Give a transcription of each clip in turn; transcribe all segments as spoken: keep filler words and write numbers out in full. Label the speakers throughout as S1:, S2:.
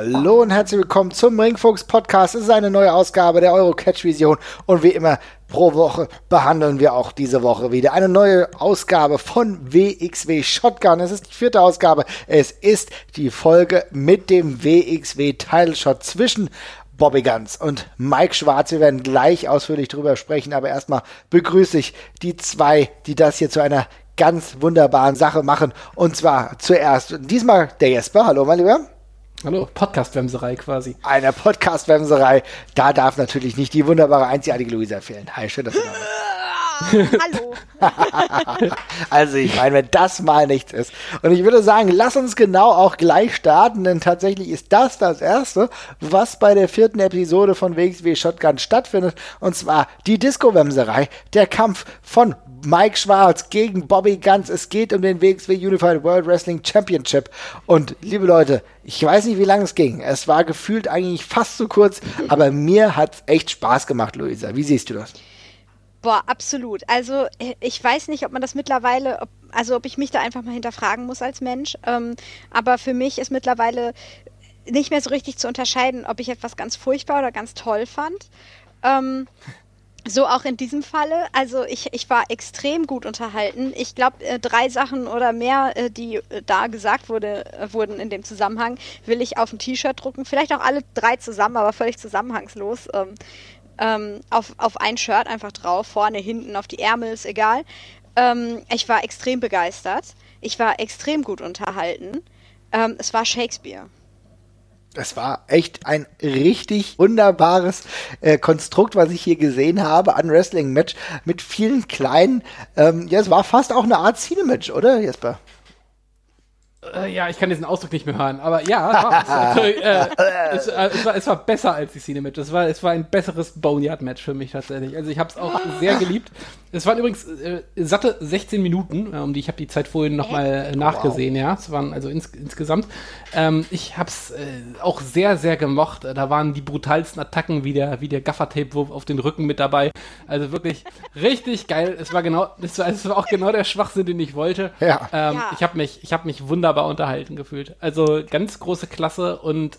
S1: Hallo und herzlich willkommen zum Ringfuchs Podcast. Es ist eine neue Ausgabe der Eurocatch-Vision und wie immer pro Woche behandeln wir auch diese Woche wieder eine neue Ausgabe von W X W Shotgun. Es ist die vierte Ausgabe. Es ist die Folge mit dem W X W Title Shot zwischen Bobby Guns und Mike Schwarz. Wir werden gleich ausführlich drüber sprechen, aber erstmal begrüße ich die zwei, die das hier zu einer ganz wunderbaren Sache machen. Und zwar zuerst, diesmal der Jesper. Hallo, mein Lieber.
S2: Hallo, Podcast-Wemserei quasi.
S1: Eine Podcast-Wemserei. Da darf natürlich nicht die wunderbare, einzigartige Luisa fehlen. Hi, schön, dass du da bist.
S3: Hallo.
S1: Also ich meine, wenn das mal nichts ist. Und ich würde sagen, lass uns genau auch gleich starten, denn tatsächlich ist das das Erste, was bei der vierten Episode von W X W Shotgun stattfindet. Und zwar die Disco-Wemserei, der Kampf von Mike Schwarz gegen Bobby Guns. Es geht um den W X W Unified World Wrestling Championship. Und liebe Leute, ich weiß nicht, wie lange es ging. Es war gefühlt eigentlich fast zu kurz, aber mir hat es echt Spaß gemacht, Luisa. Wie siehst du das?
S3: Boah, absolut. Also ich weiß nicht, ob man das mittlerweile, ob, also ob ich mich da einfach mal hinterfragen muss als Mensch. Ähm, aber für mich ist mittlerweile nicht mehr so richtig zu unterscheiden, ob ich etwas ganz furchtbar oder ganz toll fand. Ähm, So auch in diesem Falle. Also ich, ich war extrem gut unterhalten. Ich glaube, äh, drei Sachen oder mehr, äh, die äh, da gesagt wurde, äh, wurden in dem Zusammenhang, will ich auf ein T-Shirt drucken. Vielleicht auch alle drei zusammen, aber völlig zusammenhangslos. Ähm, ähm, auf, auf ein Shirt einfach drauf, vorne, hinten, auf die Ärmel, ist egal. Ähm, ich war extrem begeistert. Ich war extrem gut unterhalten. Ähm, es war Shakespeare.
S1: Es war echt ein richtig wunderbares äh, Konstrukt, was ich hier gesehen habe an Wrestling-Match mit vielen kleinen, ähm, ja, es war fast auch eine Art Cine-Match, oder Jesper?
S2: Äh, ja, ich kann diesen Ausdruck nicht mehr hören, aber ja, es, äh, äh, es, äh, es, war, es war besser als die Cine-Match. Es war, es war ein besseres Boneyard-Match für mich tatsächlich. Also ich habe es auch sehr geliebt. Es waren übrigens äh, satte sechzehn Minuten, äh, um die ich habe die Zeit vorhin nochmal äh, nachgesehen, wow. Ja. Es waren also ins, insgesamt. Ähm, ich habe es äh, auch sehr, sehr gemocht. Da waren die brutalsten Attacken wie der, wie der Gaffer-Tape-Wurf auf den Rücken mit dabei. Also wirklich richtig geil. Es war genau, es war, es war auch genau der Schwachsinn, den ich wollte.
S1: Ja.
S2: Ähm,
S3: ja.
S2: Ich habe mich, ich habe mich wunderbar unterhalten gefühlt. Also ganz große Klasse und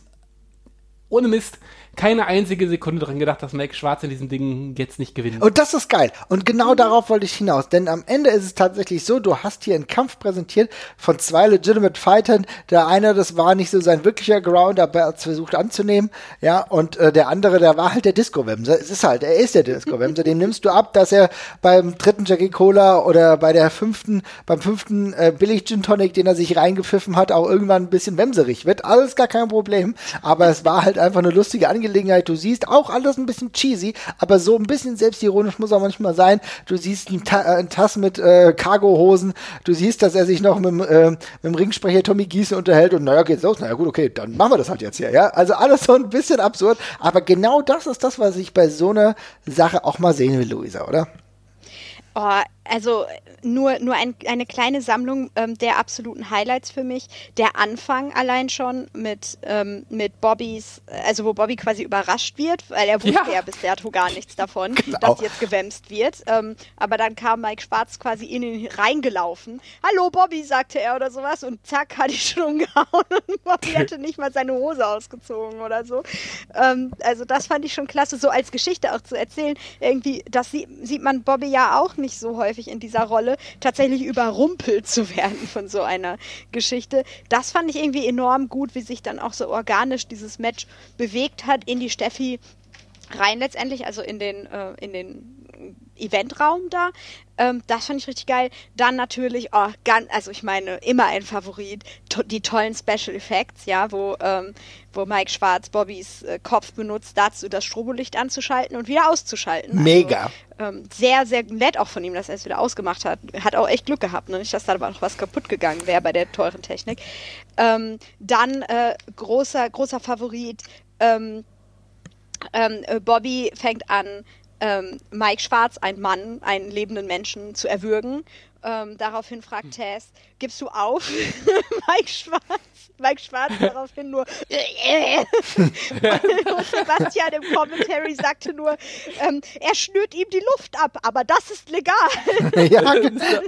S2: ohne Mist, keine einzige Sekunde dran gedacht, dass Mike Schwarz in diesem Ding jetzt nicht gewinnt.
S1: Und das ist geil. Und genau mhm. darauf wollte ich hinaus. Denn am Ende ist es tatsächlich so, du hast hier einen Kampf präsentiert von zwei Legitimate Fightern. Der eine, das war nicht so sein wirklicher Ground, aber er hat es versucht anzunehmen. Ja, und äh, der andere, der war halt der Disco-Wemser. Es ist halt, er ist der Disco-Wemser. Dem nimmst du ab, dass er beim dritten Jackie Cola oder bei der fünften, beim fünften äh, Billig Gin Tonic, den er sich reingepfiffen hat, auch irgendwann ein bisschen wemserig wird. Alles gar kein Problem. Aber es war halt einfach eine lustige Angelegenheit. Du siehst auch alles ein bisschen cheesy, aber so ein bisschen selbstironisch muss er manchmal sein. Du siehst einen, Ta- äh, einen Tass mit äh, Cargo-Hosen. Du siehst, dass er sich noch mit, äh, mit dem Ringsprecher Tommy Gießen unterhält und naja, geht's los. Naja gut, okay, dann machen wir das halt jetzt hier. Ja, also alles so ein bisschen absurd. Aber genau das ist das, was ich bei so einer Sache auch mal sehen will, Luisa, oder?
S3: Oh, also nur, nur ein, eine kleine Sammlung ähm, der absoluten Highlights für mich. Der Anfang allein schon mit, ähm, mit Bobbys, also wo Bobby quasi überrascht wird, weil er wusste ja, ja bis dato gar nichts davon, genau. dass jetzt gewämst wird. Ähm, aber dann kam Mike Schwarz quasi in ihn reingelaufen. Hallo Bobby, sagte er oder sowas und zack, hat ihn schon umgehauen und Bobby hatte nicht mal seine Hose ausgezogen oder so. Ähm, also das fand ich schon klasse, so als Geschichte auch zu erzählen. Irgendwie, das sie, sieht man Bobby ja auch nicht so häufig in dieser Rolle, tatsächlich überrumpelt zu werden von so einer Geschichte. Das fand ich irgendwie enorm gut, wie sich dann auch so organisch dieses Match bewegt hat in die Steffi rein letztendlich, also in den, äh, in den Eventraum da. Ähm, das fand ich richtig geil. Dann natürlich, oh, ganz, also ich meine, immer ein Favorit, to- die tollen Special Effects, ja, wo, ähm, wo Mike Schwarz Bobbys äh, Kopf benutzt, dazu das Strobolicht anzuschalten und wieder auszuschalten.
S1: Mega.
S3: Also, ähm, sehr, sehr nett auch von ihm, dass er es wieder ausgemacht hat. Hat auch echt Glück gehabt, ne? Nicht, dass da noch was kaputt gegangen wäre bei der teuren Technik. Ähm, dann äh, großer, großer Favorit, ähm, ähm, Bobby fängt an, ähm, Mike Schwarz, einen Mann, einen lebenden Menschen zu erwürgen Ähm, daraufhin fragt Taz, gibst du auf? Mike Schwarz. Mike Schwarz daraufhin nur und Sebastian im Commentary sagte nur, ähm, er schnürt ihm die Luft ab, aber das ist legal.
S1: Ja, genau.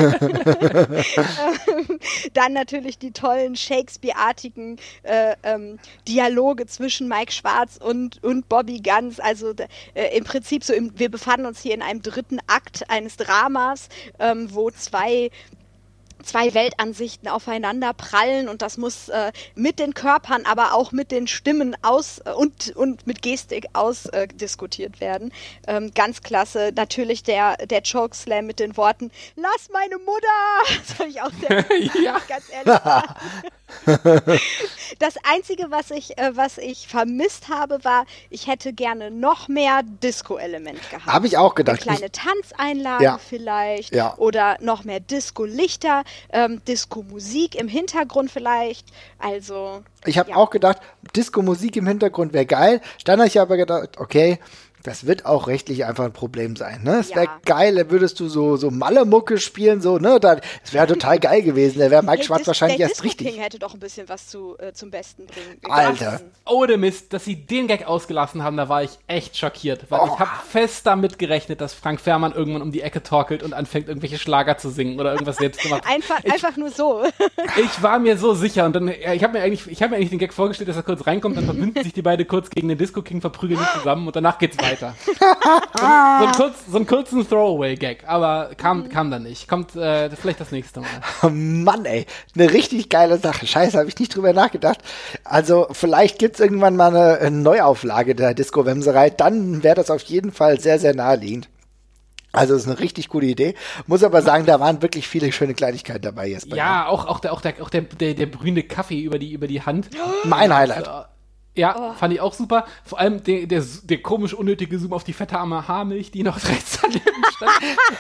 S3: ähm, dann natürlich die tollen Shakespeare-artigen äh, ähm, Dialoge zwischen Mike Schwarz und, und Bobby Guns. Also äh, im Prinzip so, im, wir befanden uns hier in einem dritten Akt eines Dramas, ähm, wo zwei zwei Weltansichten aufeinander prallen und das muss äh, mit den Körpern, aber auch mit den Stimmen aus äh, und, und mit Gestik ausdiskutiert äh, werden. Ähm, ganz klasse. Natürlich der, der Chokeslam mit den Worten, lass meine Mutter! Das fand ich auch sehr
S2: ja.
S3: ganz ehrlich sagen. Das Einzige, was ich, äh, was ich vermisst habe, war, ich hätte gerne noch mehr Disco-Element gehabt.
S1: Habe ich auch gedacht.
S3: Eine kleine Tanzeinlage
S1: ja.
S3: vielleicht
S1: ja.
S3: oder noch mehr Disco-Lichter. Ähm, Disco-Musik im Hintergrund vielleicht, also...
S1: Ich habe
S3: ja.
S1: auch gedacht, Disco-Musik im Hintergrund wäre geil. Dann habe ich aber gedacht, okay, das wird auch rechtlich einfach ein Problem sein, ne? Es wäre
S3: Ja.
S1: geil, dann würdest du so, so Malle-Mucke spielen, so, ne? Es wäre total geil gewesen. Da wäre Mike
S3: Hey,
S1: Schwarz
S3: Dis-
S1: wahrscheinlich
S3: der
S1: erst
S3: Disco
S1: richtig.
S3: King hätte doch ein bisschen was zu, äh, zum Besten bringen.
S1: Alter.
S3: lassen.
S2: Ohne Mist, dass sie den Gag ausgelassen haben, da war ich echt schockiert. Weil
S1: Oh.
S2: ich habe fest damit gerechnet, dass Frank Fährmann irgendwann um die Ecke torkelt und anfängt, irgendwelche Schlager zu singen oder irgendwas selbst gemacht.
S3: Einfach,
S2: ich,
S3: einfach nur so.
S2: ich war mir so sicher und dann, ja, ich habe mir eigentlich, ich habe mir eigentlich den Gag vorgestellt, dass er kurz reinkommt, dann verbünden sich die beiden kurz gegen den Disco King, verprügeln die zusammen und danach geht's weiter. So, so, ein kurz, so einen kurzen Throwaway-Gag, aber kam, kam dann nicht. Kommt äh, vielleicht das nächste Mal.
S1: Oh Mann, ey. Eine richtig geile Sache. Scheiße, habe ich nicht drüber nachgedacht. Also, vielleicht gibt's irgendwann mal eine, eine Neuauflage der Disco-Wemserei. Dann wäre das auf jeden Fall sehr, sehr naheliegend. Also, das ist eine richtig gute Idee. Muss aber sagen, da waren wirklich viele schöne Kleinigkeiten dabei jetzt. Bei
S2: Ja, auch, auch, der, auch, der, auch der, der, der brühende Kaffee über die, über die Hand.
S1: Mein Highlight.
S2: Ja,
S3: Oh.
S2: fand ich auch super. Vor allem der, der, der komisch unnötige Zoom auf die fette arme Haarmilch, die noch rechts daneben stand.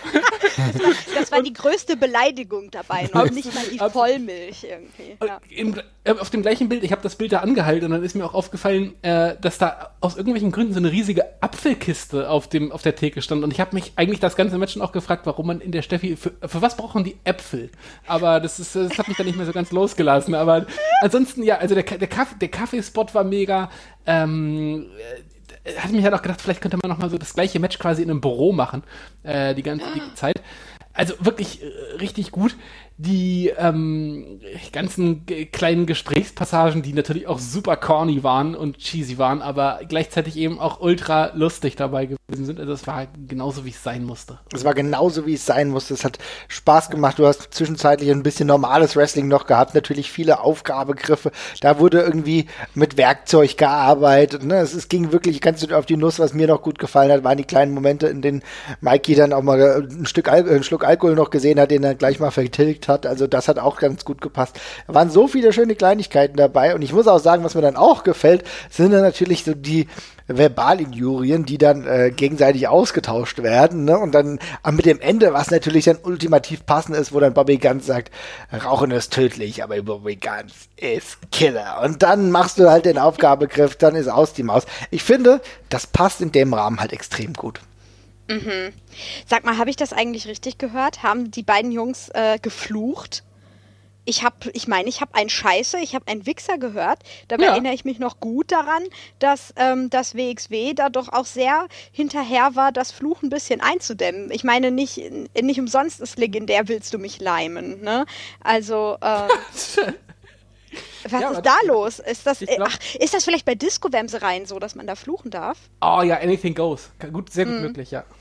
S3: Das war die größte Beleidigung dabei, noch
S2: Absolut,
S3: nicht mal die
S2: absolut.
S3: Vollmilch irgendwie. Ja.
S2: Im, äh, auf dem gleichen Bild, ich habe das Bild da angehalten und dann ist mir auch aufgefallen, äh, dass da aus irgendwelchen Gründen so eine riesige Apfelkiste auf dem auf der Theke stand und ich habe mich eigentlich das ganze Match schon auch gefragt, warum man in der Steffi, für, für was brauchen die Äpfel? Aber das ist, das hat mich dann nicht mehr so ganz losgelassen, aber ansonsten, ja, also der, der, Kaff, der Kaffeespot war mega, ähm, äh, hatte mich halt auch gedacht, vielleicht könnte man noch mal so das gleiche Match quasi in einem Büro machen, äh, die ganze die Zeit. Also wirklich äh, richtig gut. Die ähm, ganzen g- kleinen Gesprächspassagen, die natürlich auch super corny waren und cheesy waren, aber gleichzeitig eben auch ultra lustig dabei gewesen sind. Also es war genauso, wie es sein musste.
S1: Es war genauso, wie es sein musste. Es hat Spaß gemacht. Du hast zwischenzeitlich ein bisschen normales Wrestling noch gehabt. Natürlich viele Aufgabegriffe. Da wurde irgendwie mit Werkzeug gearbeitet. Ne? Es, es ging wirklich ganz auf die Nuss. Was mir noch gut gefallen hat, waren die kleinen Momente, in denen Mikey dann auch mal ein Stück Al- einen Schluck Alkohol noch gesehen hat, den er gleich mal vertilgt hat. Also das hat auch ganz gut gepasst. Da waren so viele schöne Kleinigkeiten dabei. Und ich muss auch sagen, was mir dann auch gefällt, sind dann natürlich so die Verbalinjurien, die dann äh, gegenseitig ausgetauscht werden, ne? Und dann äh, mit dem Ende, was natürlich dann ultimativ passend ist, wo dann Bobby Guns sagt, Rauchen ist tödlich, aber Bobby Guns ist Killer. Und dann machst du halt den Aufgabegriff, dann ist aus die Maus. Ich finde, das passt in dem Rahmen halt extrem gut.
S3: Mhm. Sag mal, habe ich das eigentlich richtig gehört? Haben die beiden Jungs äh, geflucht? Ich habe, ich meine, ich habe ein Scheiße, ich habe einen Wichser gehört. Dabei
S2: Ja.
S3: erinnere ich mich noch gut daran, dass ähm, das W X W da doch auch sehr hinterher war, das Fluch ein bisschen einzudämmen. Ich meine, nicht, nicht umsonst ist legendär, willst du mich leimen, ne? Also, ähm, was
S2: Ja,
S3: ist
S2: aber
S3: da los? Ist das,
S2: ich
S3: äh,
S2: glaub-
S3: ach, ist das vielleicht bei Disco-Wemsereien so, dass man da fluchen darf?
S2: Oh ja, anything goes. Gut, sehr gut
S3: Mhm.
S2: möglich, ja.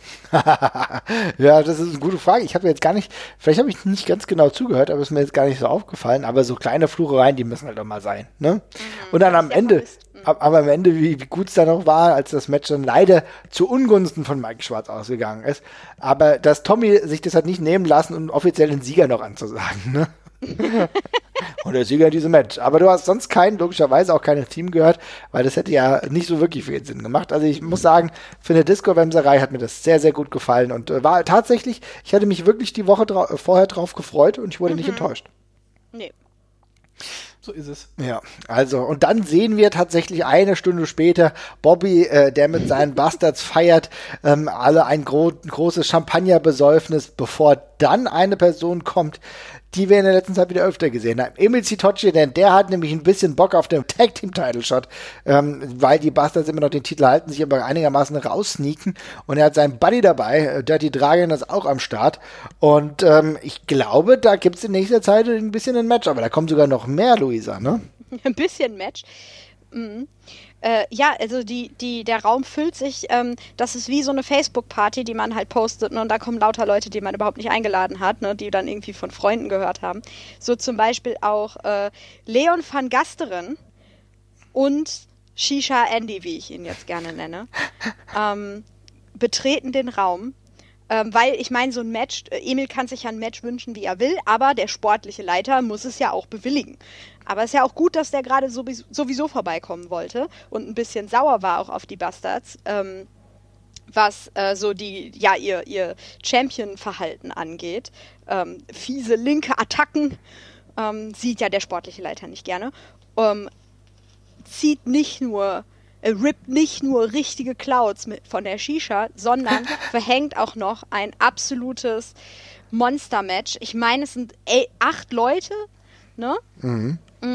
S1: Ja, das ist eine gute Frage. Ich habe jetzt gar nicht, vielleicht habe ich nicht ganz genau zugehört, aber ist mir jetzt gar nicht so aufgefallen. Aber so kleine Fluchereien, die müssen halt auch mal sein. Ne? Und dann am
S3: sehr
S1: Ende,
S3: vermisst. Mhm.
S1: ab- aber am Ende, wie, wie gut es da noch war, als das Match dann leider zu Ungunsten von Mike Schwarz ausgegangen ist. Aber dass Tommy sich das hat nicht nehmen lassen, um offiziell den Sieger noch anzusagen. Ne? Und der Sieger in diesem Match. Aber du hast sonst keinen, logischerweise auch keinem Team gehört, weil das hätte ja nicht so wirklich viel Sinn gemacht. Also ich muss sagen, für eine Disco-Wemserei hat mir das sehr, sehr gut gefallen und äh, war tatsächlich, ich hatte mich wirklich die Woche drau- vorher drauf gefreut und ich wurde nicht enttäuscht.
S3: Nee.
S2: So ist es.
S1: Ja, also, und dann sehen wir tatsächlich eine Stunde später Bobby, äh, der mit seinen Bastards feiert, ähm, alle ein gro- großes Champagnerbesäufnis, bevor dann eine Person kommt, die wir in der letzten Zeit wieder öfter gesehen haben. Emil Sitoci, denn der hat nämlich ein bisschen Bock auf den Tag-Team-Title-Shot, ähm, weil die Bastards immer noch den Titel halten, sich aber einigermaßen raussneaken und er hat seinen Buddy dabei, äh, Dirty Dragon ist auch am Start und ähm, ich glaube, da gibt es in nächster Zeit ein bisschen ein Match, aber da kommt sogar noch mehr, Luisa, ne?
S3: Ein bisschen Match. Mhm. Äh, ja, also die, die, der Raum füllt sich, ähm, das ist wie so eine Facebook-Party, die man halt postet, ne, und da kommen lauter Leute, die man überhaupt nicht eingeladen hat, ne, die dann irgendwie von Freunden gehört haben. So zum Beispiel auch äh, Leon van Gasteren und Shisha Andy, wie ich ihn jetzt gerne nenne, ähm, betreten den Raum. Ähm, weil, ich meine, so ein Match, Emil kann sich ja ein Match wünschen, wie er will, aber der sportliche Leiter muss es ja auch bewilligen. Aber es ist ja auch gut, dass der gerade sowieso, sowieso vorbeikommen wollte und ein bisschen sauer war auch auf die Bastards, ähm, was äh, so die, ja, ihr, ihr Champion-Verhalten angeht. Ähm, fiese linke Attacken ähm, sieht ja der sportliche Leiter nicht gerne. Ähm, zieht nicht nur Er rippt nicht nur richtige Clouds mit, von der Shisha, sondern verhängt auch noch ein absolutes Monster-Match. Ich meine, es sind ey, acht Leute, ne? Mhm.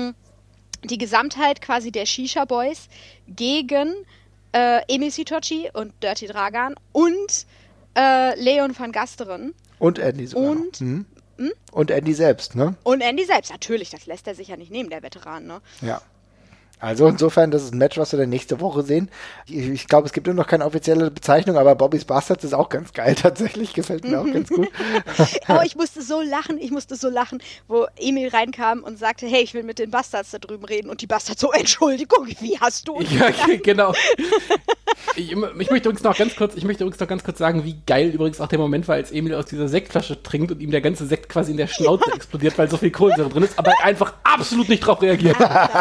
S3: Die Gesamtheit quasi der Shisha-Boys gegen äh, Emil Sitoci und Dirty Dragan und äh, Leon van Gasteren.
S1: Und Andy sogar
S3: und,
S1: mhm. hm? und Andy selbst, ne?
S3: Und Andy selbst, natürlich, das lässt er sich ja nicht nehmen, der Veteran, ne?
S1: Ja. Also insofern, das ist ein Match, was wir dann nächste Woche sehen. Ich, ich glaube, es gibt immer noch keine offizielle Bezeichnung, aber Bobby's Bastards ist auch ganz geil tatsächlich. Gefällt mir auch ganz gut.
S3: Oh, ich musste so lachen, ich musste so lachen, wo Emil reinkam und sagte, hey, ich will mit den Bastards da drüben reden. Und die Bastards so, Entschuldigung, wie hast du uns
S2: Ja, genau. Ich, ich möchte übrigens noch ganz kurz, ich möchte übrigens noch ganz kurz sagen, wie geil übrigens auch der Moment war, als Emil aus dieser Sektflasche trinkt und ihm der ganze Sekt quasi in der Schnauze explodiert, weil so viel Kohlensäure drin ist, aber er einfach absolut nicht drauf reagiert.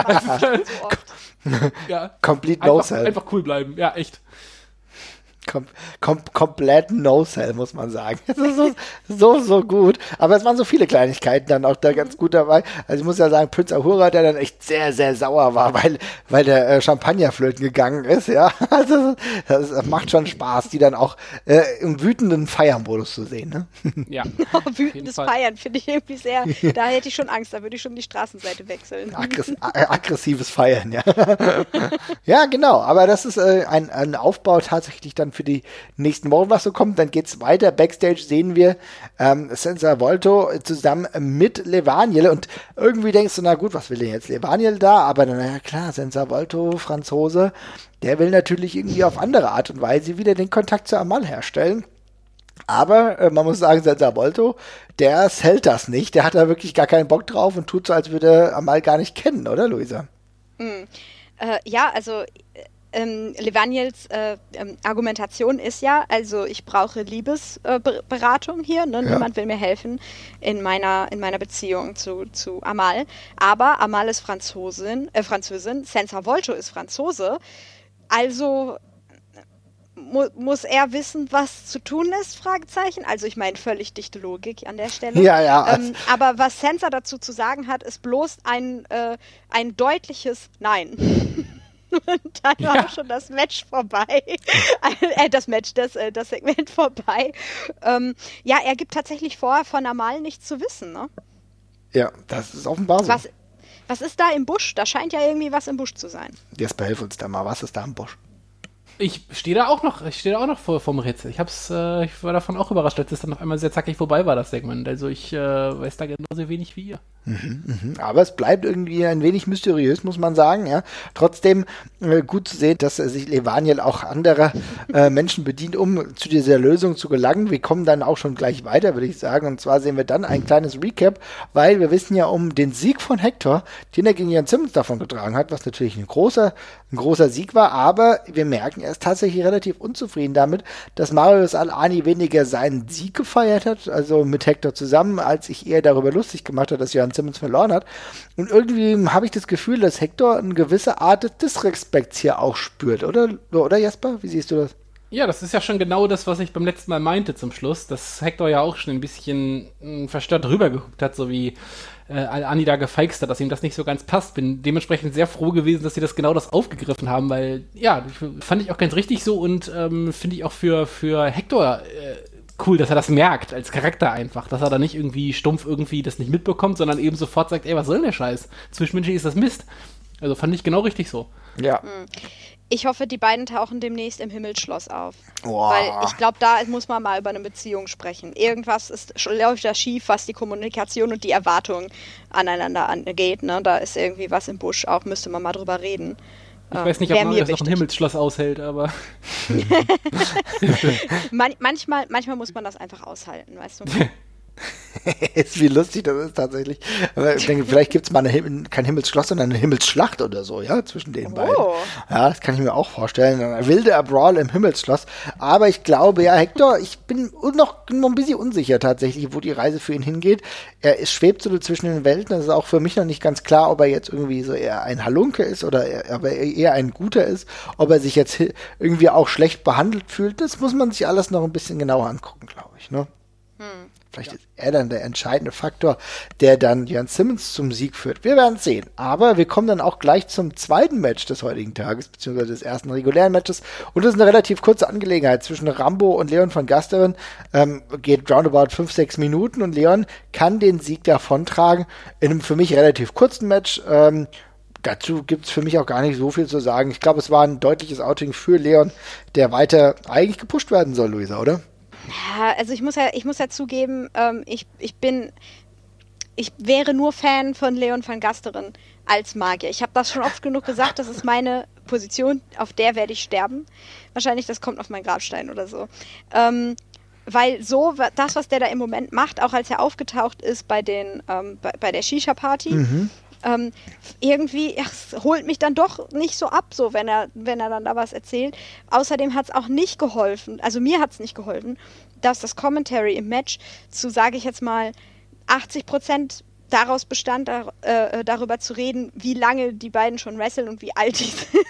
S2: Ja,
S1: Complete No Cell.
S2: Einfach cool bleiben, ja, echt.
S1: Kom kom komplett No-Sell, muss man sagen. Das ist so, so, so gut. Aber es waren so viele Kleinigkeiten dann auch da ganz gut dabei. Also ich muss ja sagen, Prinz Ahura, der dann echt sehr, sehr sauer war, weil, weil der äh, Champagner flöten gegangen ist, ja. Also das, das macht schon Spaß, die dann auch äh, im wütenden Feiermodus zu sehen, ne?
S2: Ja.
S3: Oh, wütendes Feiern finde ich irgendwie sehr, da hätte ich schon Angst, da würde ich schon die Straßenseite wechseln.
S1: Aggress aggressives Feiern, ja. Ja, genau. Aber das ist äh, ein, ein Aufbau tatsächlich dann für die nächsten Wochen, was so kommt. Dann geht's weiter. Backstage sehen wir ähm, Senza Volto zusammen mit Levaniel und irgendwie denkst du, na gut, was will denn jetzt Levaniel da? Aber na ja klar, Senza Volto, Franzose, der will natürlich irgendwie auf andere Art und Weise wieder den Kontakt zu Amal herstellen. Aber äh, man muss sagen, Senza Volto, der hält das nicht. Der hat da wirklich gar keinen Bock drauf und tut so, als würde er Amal gar nicht kennen, oder Luisa?
S3: Mm. Äh, ja, also Ähm, Levaniels äh, ähm, Argumentation ist ja, also ich brauche Liebesberatung äh, hier, ne? Ja. Niemand will mir helfen in meiner, in meiner Beziehung zu, zu Amal, aber Amal ist Franzosin, äh, Französin, Senza Volto ist Franzose, also mu muss er wissen, was zu tun ist, Fragezeichen, also ich meine völlig dichte Logik an der Stelle.
S1: Ja, ja.
S3: Ähm, aber was Senza dazu zu sagen hat, ist bloß ein, äh, ein deutliches Nein. Und dann war ja. schon das Match vorbei. äh, das Match, das, äh, das Segment vorbei. Ähm, ja, er gibt tatsächlich vor, von Amal nichts zu wissen, ne?
S1: Ja, das ist offenbar so.
S3: Was, was ist da im Busch? Da scheint ja irgendwie was im Busch zu sein.
S1: Jetzt behelf uns da mal. Was ist da im Busch?
S2: Ich stehe da auch noch, ich stehe da auch noch vor vom Rätsel. Ich hab's, äh, ich war davon auch überrascht, als es dann auf einmal sehr zackig vorbei war, das Segment. Also ich äh, weiß da genauso wenig wie ihr.
S1: Mhm, mhm. Aber es bleibt irgendwie ein wenig mysteriös, muss man sagen. Ja, trotzdem äh, gut zu sehen, dass äh, sich Levaniel auch anderer äh, Menschen bedient, um zu dieser Lösung zu gelangen. Wir kommen dann auch schon gleich weiter, würde ich sagen. Und zwar sehen wir dann ein kleines Recap, weil wir wissen ja um den Sieg von Hector, den er gegen Jan Simmons davon getragen hat, was natürlich ein großer, ein großer Sieg war. Aber wir merken, er ist tatsächlich relativ unzufrieden damit, dass Marius Al-Ani weniger seinen Sieg gefeiert hat, also mit Hector zusammen, als sich eher darüber lustig gemacht hat, dass Jan Simmons verloren hat. Und irgendwie habe ich das Gefühl, dass Hector eine gewisse Art des Disrespekts hier auch spürt, oder? Oder Jasper? Wie siehst du das?
S2: Ja, das ist ja schon genau das, was ich beim letzten Mal meinte zum Schluss, dass Hector ja auch schon ein bisschen mh, verstört rübergeguckt hat, so wie äh, Al-Ani da gefeixt hat, dass ihm das nicht so ganz passt. Bin dementsprechend sehr froh gewesen, dass sie das genau das aufgegriffen haben, weil, ja, fand ich auch ganz richtig so und ähm, finde ich auch für, für Hector äh, cool, dass er das merkt, als Charakter einfach, dass er da nicht irgendwie stumpf irgendwie das nicht mitbekommt, sondern eben sofort sagt, ey, was soll denn der Scheiß? Zwischenmenschlich ist das Mist. Also fand ich genau richtig so.
S1: Ja.
S3: Ich hoffe, die beiden tauchen demnächst im Himmelsschloss auf.
S1: Boah.
S3: Weil ich glaube, da muss man mal über eine Beziehung sprechen. Irgendwas ist, läuft da schief, was die Kommunikation und die Erwartung aneinander angeht. Ne? Da ist irgendwie was im Busch, auch müsste man mal drüber reden.
S2: Ich weiß nicht, ob man das noch ein Himmelsschloss aushält, aber...
S3: Man, manchmal, manchmal muss man das einfach aushalten, weißt du?
S1: Ist wie lustig das ist tatsächlich. Aber ich denke, vielleicht gibt es mal eine Him- kein Himmelsschloss, sondern eine Himmelsschlacht oder so, ja, zwischen den
S3: Oh.
S1: beiden. Ja, das kann ich mir auch vorstellen. Ein wilder Brawl im Himmelsschloss. Aber ich glaube, ja, Hector, ich bin noch, noch ein bisschen unsicher tatsächlich, wo die Reise für ihn hingeht. Er ist, schwebt so zwischen den Welten. Das ist auch für mich noch nicht ganz klar, ob er jetzt irgendwie so eher ein Halunke ist oder er, ob er eher ein Guter ist. Ob er sich jetzt hi- irgendwie auch schlecht behandelt fühlt. Das muss man sich alles noch ein bisschen genauer angucken, glaube ich, ne?
S3: Hm.
S1: Vielleicht ist er dann der entscheidende Faktor, der dann Jan Simmons zum Sieg führt. Wir werden es sehen. Aber wir kommen dann auch gleich zum zweiten Match des heutigen Tages, beziehungsweise des ersten regulären Matches. Und das ist eine relativ kurze Angelegenheit zwischen Rambo und Leon van Gasteren. Ähm, geht roundabout fünf, sechs Minuten und Leon kann den Sieg davontragen in einem für mich relativ kurzen Match. Ähm, Dazu gibt es für mich auch gar nicht so viel zu sagen. Ich glaube, es war ein deutliches Outing für Leon, der weiter eigentlich gepusht werden soll, Luisa, oder?
S3: Ja, also ich muss ja, ich muss ja zugeben, ähm, ich, ich bin, ich wäre nur Fan von Leon van Gasteren als Magier. Ich habe das schon oft genug gesagt, das ist meine Position, auf der werde ich sterben. Wahrscheinlich, das kommt auf meinen Grabstein oder so. Ähm, weil so, das, was der da im Moment macht, auch als er aufgetaucht ist bei den, ähm, bei, bei der Shisha-Party, mhm. ähm, irgendwie, ach, es holt mich dann doch nicht so ab, so wenn er, wenn er dann da was erzählt. Außerdem hat es auch nicht geholfen, also mir hat es nicht geholfen, dass das Commentary im Match zu, sage ich jetzt mal, achtzig Prozent daraus bestand, da, äh, darüber zu reden, wie lange die beiden schon wresteln und wie alt die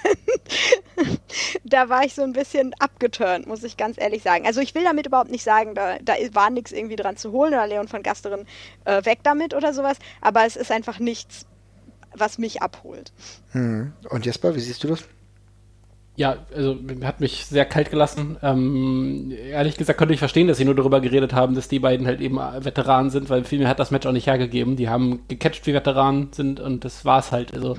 S3: sind. Da war ich so ein bisschen abgeturnt, muss ich ganz ehrlich sagen. Also ich will damit überhaupt nicht sagen, da, da war nichts irgendwie dran zu holen oder Leon van Gasteren äh, weg damit oder sowas, aber es ist einfach nichts, was mich abholt.
S1: Hm. Und Jesper, wie siehst du das?
S2: Ja, also hat mich sehr kalt gelassen. Ähm, ehrlich gesagt konnte ich verstehen, dass sie nur darüber geredet haben, dass die beiden halt eben Veteranen sind, weil viel mehr hat das Match auch nicht hergegeben. Die haben gecatcht, wie Veteranen sind und das war's halt. Also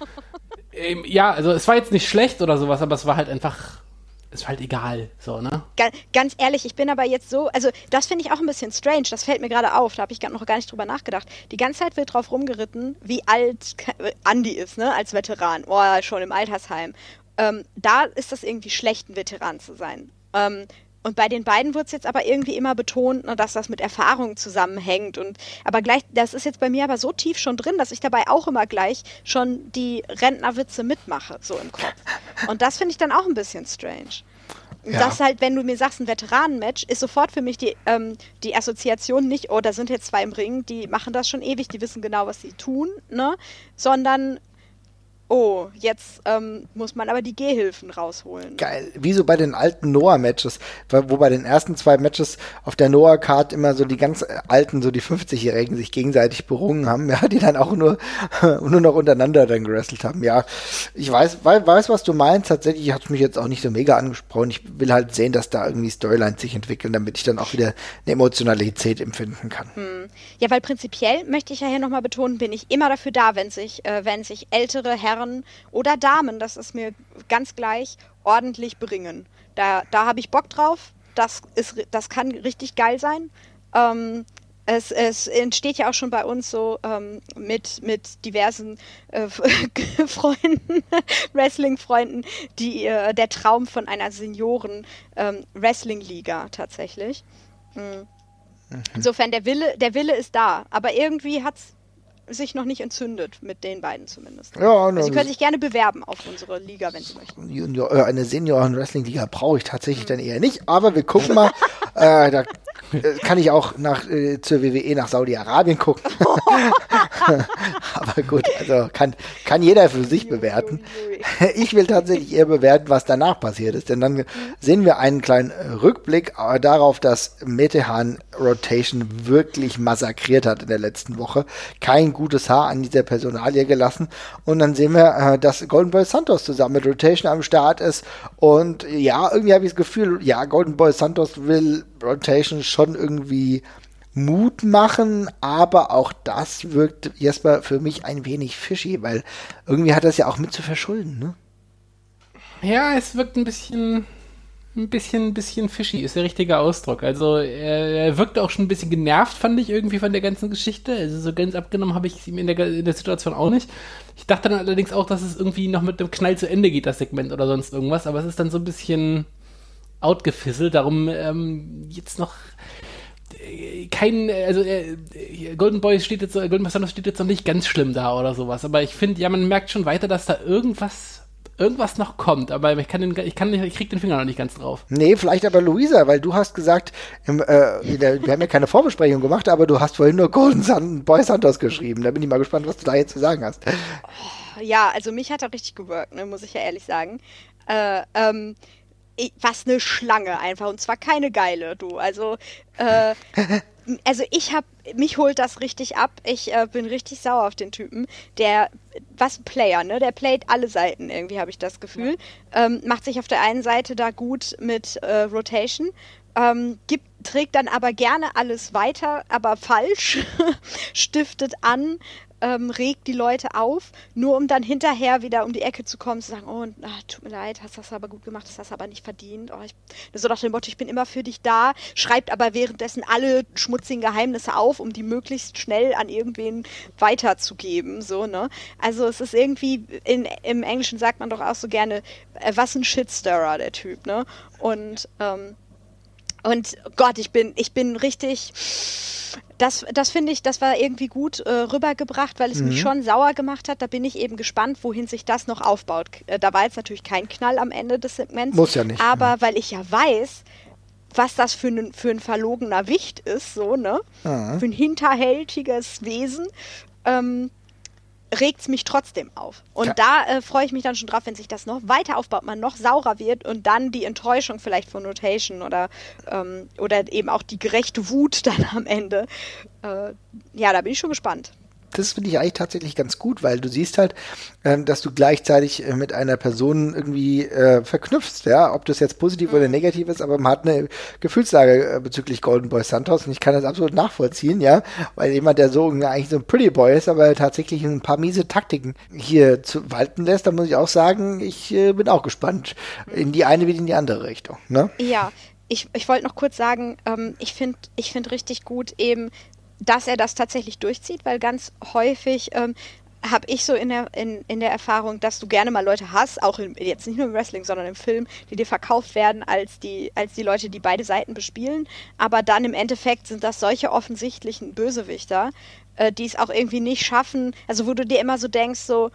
S2: ähm, ja, also es war jetzt nicht schlecht oder sowas, aber es war halt einfach, es war halt egal, so, ne?
S3: Ganz, ganz ehrlich, ich bin aber jetzt so, also das finde ich auch ein bisschen strange, das fällt mir gerade auf, da habe ich noch gar nicht drüber nachgedacht. Die ganze Zeit wird drauf rumgeritten, wie alt Andi ist, ne, als Veteran, oh, schon im Altersheim. Ähm, da ist das irgendwie schlecht, ein Veteran zu sein. Ähm, und bei den beiden wird es jetzt aber irgendwie immer betont, ne, dass das mit Erfahrung zusammenhängt. Und aber gleich, das ist jetzt bei mir aber so tief schon drin, dass ich dabei auch immer gleich schon die Rentnerwitze mitmache, so im Kopf. Und das finde ich dann auch ein bisschen strange. Ja. Das halt, wenn du mir sagst, ein Veteranenmatch, ist sofort für mich die, ähm, die Assoziation nicht, oh, da sind jetzt zwei im Ring, die machen das schon ewig, die wissen genau, was sie tun, ne? Sondern oh, jetzt ähm, muss man aber die Gehhilfen rausholen.
S1: Geil, wie so bei den alten Noah-Matches, wo bei den ersten zwei Matches auf der Noah-Card immer so die ganz alten, so die fünfzigjährigen sich gegenseitig berungen haben, ja, die dann auch nur nur noch untereinander dann gewrestelt haben. Ja, ich weiß, weiß, weiß was du meinst, tatsächlich hat es mich jetzt auch nicht so mega angesprochen. Ich will halt sehen, dass da irgendwie Storylines sich entwickeln, damit ich dann auch wieder eine Emotionalität empfinden kann.
S3: Hm. Ja, weil prinzipiell, möchte ich ja hier nochmal betonen, bin ich immer dafür da, wenn sich, äh, wenn sich ältere Herren oder Damen, das ist mir ganz gleich, ordentlich bringen. Da, da habe ich Bock drauf. Das, ist, das kann richtig geil sein. Ähm, es, es entsteht ja auch schon bei uns so ähm, mit, mit diversen äh, Freunden, Wrestling-Freunden, die, äh, der Traum von einer Senioren-Wrestling-Liga ähm, tatsächlich. Mhm. Mhm. Insofern, der Wille, der Wille ist da. Aber irgendwie hat es sich noch nicht entzündet, mit den beiden zumindest.
S1: Ja,
S3: also Sie können sich gerne bewerben auf unsere Liga, wenn Sie möchten.
S1: Junior, äh, eine Senioren-Wrestling-Liga brauche ich tatsächlich mhm. dann eher nicht, aber wir gucken mal, äh, da kann ich auch nach, äh, zur W W E nach Saudi-Arabien gucken. Aber gut, also kann, kann jeder für sich bewerten. Ich will tatsächlich eher bewerten, was danach passiert ist, denn dann sehen wir einen kleinen Rückblick darauf, dass Metehan Rotation wirklich massakriert hat in der letzten Woche. Kein gutes Haar an dieser Personalie gelassen. Und dann sehen wir, äh, dass Golden Boy Santos zusammen mit Rotation am Start ist. Und ja, irgendwie habe ich das Gefühl, ja, Golden Boy Santos will Rotation schon irgendwie Mut machen, aber auch das wirkt erstmal für mich ein wenig fishy, weil irgendwie hat das ja auch mit zu verschulden, ne?
S2: Ja, es wirkt ein bisschen, ein bisschen, ein bisschen fishy, ist der richtige Ausdruck. Also er, er wirkte auch schon ein bisschen genervt, fand ich irgendwie von der ganzen Geschichte. Also so ganz abgenommen habe ich es ihm in der, in der Situation auch nicht. Ich dachte dann allerdings auch, dass es irgendwie noch mit dem Knall zu Ende geht, das Segment oder sonst irgendwas, aber es ist dann so ein bisschen outgefisselt, darum ähm, jetzt noch kein, also äh, Golden Boy steht jetzt, Golden Boy Santos steht jetzt noch nicht ganz schlimm da oder sowas, aber ich finde, ja, man merkt schon weiter, dass da irgendwas irgendwas noch kommt, aber ich kann den, ich kann nicht, ich krieg den Finger noch nicht ganz drauf.
S1: Nee, vielleicht aber Luisa, weil du hast gesagt, im, äh, der, wir haben ja keine Vorbesprechung gemacht, aber du hast vorhin nur Golden Sun, Boy Santos geschrieben. Da bin ich mal gespannt, was du da jetzt zu sagen hast.
S3: Oh, ja, also mich hat er richtig gewirkt, ne, muss ich ja ehrlich sagen. Äh, ähm, ich, was eine Schlange einfach, und zwar keine geile, du. Also, äh, also ich hab, mich holt das richtig ab. Ich äh, bin richtig sauer auf den Typen. Der, was ein Player, ne? Der playt alle Seiten irgendwie, habe ich das Gefühl. Ja. Ähm, macht sich auf der einen Seite da gut mit äh, Rotation, ähm, gibt, trägt dann aber gerne alles weiter, aber falsch, stiftet an, ähm, regt die Leute auf, nur um dann hinterher wieder um die Ecke zu kommen, zu sagen, oh, ach, tut mir leid, hast das aber gut gemacht, das hast du aber nicht verdient. Oh, ich, so nach dem Motto, ich bin immer für dich da, schreibt aber währenddessen alle schmutzigen Geheimnisse auf, um die möglichst schnell an irgendwen weiterzugeben, so, ne? Also es ist irgendwie, in, im Englischen sagt man doch auch so gerne, äh, was ein Shitstirrer, der Typ, ne? Und, ähm, und Gott, ich bin, ich bin richtig, das, das finde ich, das war irgendwie gut äh, rübergebracht, weil es mhm. mich schon sauer gemacht hat. Da bin ich eben gespannt, wohin sich das noch aufbaut. Äh, da war jetzt natürlich kein Knall am Ende des Segments.
S1: Muss ja nicht.
S3: Aber
S1: ja.
S3: weil ich ja weiß, was das für ein, für ein verlogener Wicht ist, so, ne? Mhm. Für ein hinterhältiges Wesen, ähm, regt es mich trotzdem auf. Und ja. da äh, freue ich mich dann schon drauf, wenn sich das noch weiter aufbaut, man noch saurer wird und dann die Enttäuschung vielleicht von Rotation oder, ähm, oder eben auch die gerechte Wut dann am Ende. Äh, ja, da bin ich schon gespannt.
S1: Das finde ich eigentlich tatsächlich ganz gut, weil du siehst halt, ähm, dass du gleichzeitig äh, mit einer Person irgendwie äh, verknüpfst, ja, ob das jetzt positiv mhm. oder negativ ist, aber man hat eine Gefühlslage äh, bezüglich Golden Boy Santos und ich kann das absolut nachvollziehen, ja, weil jemand, der so ja, eigentlich so ein Pretty Boy ist, aber tatsächlich ein paar miese Taktiken hier zu walten lässt, da muss ich auch sagen, ich äh, bin auch gespannt in die eine wie in die andere Richtung, ne?
S3: Ja, ich, ich wollte noch kurz sagen, ähm, ich finde ich find richtig gut eben, dass er das tatsächlich durchzieht, weil ganz häufig ähm, habe ich so in der, in, in der Erfahrung, dass du gerne mal Leute hast, auch in, jetzt nicht nur im Wrestling, sondern im Film, die dir verkauft werden als die, als die Leute, die beide Seiten bespielen, aber dann im Endeffekt sind das solche offensichtlichen Bösewichter, äh, die es auch irgendwie nicht schaffen, also wo du dir immer so denkst, so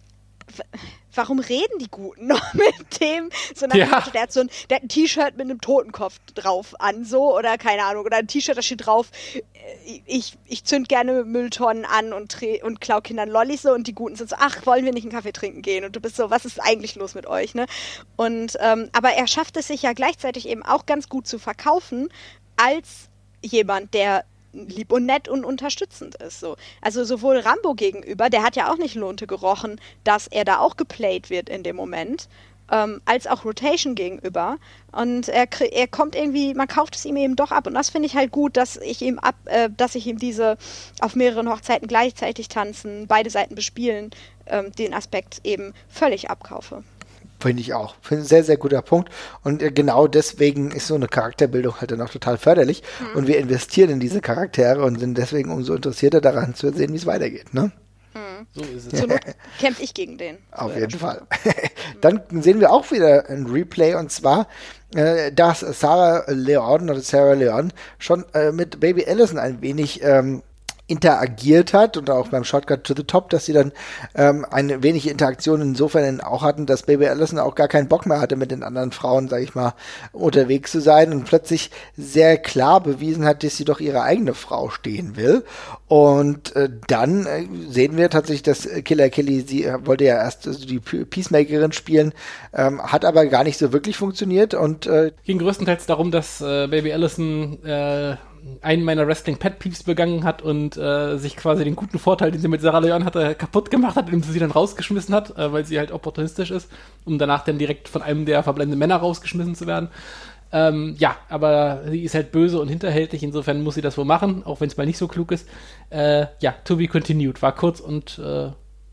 S3: warum reden die Guten noch mit dem? So nach
S2: ja.
S3: dem Motto, der hat so ein, der hat ein T-Shirt mit einem Totenkopf drauf an, so, oder keine Ahnung, oder ein T-Shirt, da steht drauf, ich, ich zünd gerne Mülltonnen an und, und klau Kindern Lollis, so, und die Guten sind so, ach, wollen wir nicht einen Kaffee trinken gehen? Und du bist so, was ist eigentlich los mit euch, ne? Und, ähm, aber er schafft es sich ja gleichzeitig eben auch ganz gut zu verkaufen, als jemand, der lieb und nett und unterstützend ist. So. Also sowohl Rambo gegenüber, der hat ja auch nicht Lunte gerochen, dass er da auch geplayt wird in dem Moment, ähm, als auch Rotation gegenüber. Und er, er kommt irgendwie, man kauft es ihm eben doch ab. Und das finde ich halt gut, dass ich ihm ab, äh, dass ich ihm diese auf mehreren Hochzeiten gleichzeitig tanzen, beide Seiten bespielen, ähm, den Aspekt eben völlig abkaufe.
S1: Finde ich auch. Finde ein sehr, sehr guter Punkt. Und äh, genau deswegen ist so eine Charakterbildung halt dann auch total förderlich. Mhm. Und wir investieren in diese Charaktere und sind deswegen umso interessierter daran zu sehen, wie es weitergeht. Ne?
S3: Mhm. So ist es. Zur Not kämpfe ich gegen den.
S1: Auf so jeden Fall. Dann sehen wir auch wieder ein Replay und zwar, äh, dass Sarah Leon oder Sarah Leon schon äh, mit Baby Allison ein wenig ähm, interagiert hat und auch beim Shotcut to the Top, dass sie dann ähm, eine wenig Interaktion insofern auch hatten, dass Baby Allison auch gar keinen Bock mehr hatte, mit den anderen Frauen, sag ich mal, unterwegs zu sein und plötzlich sehr klar bewiesen hat, dass sie doch ihre eigene Frau stehen will. Und äh, dann äh, sehen wir tatsächlich, dass Killer Kelly, sie äh, wollte ja erst also die Peacemakerin spielen, ähm, hat aber gar nicht so wirklich funktioniert und äh,
S2: ging größtenteils darum, dass äh, Baby Allison äh, einen meiner Wrestling-Pet-Peeves begangen hat und äh, sich quasi den guten Vorteil, den sie mit Sarah Leon hatte, kaputt gemacht hat, indem sie sie dann rausgeschmissen hat, äh, weil sie halt opportunistisch ist, um danach dann direkt von einem der verblendeten Männer rausgeschmissen zu werden. Ähm, ja, aber sie ist halt böse und hinterhältig, insofern muss sie das wohl machen, auch wenn es mal nicht so klug ist. Äh, ja, to be continued, war kurz und äh,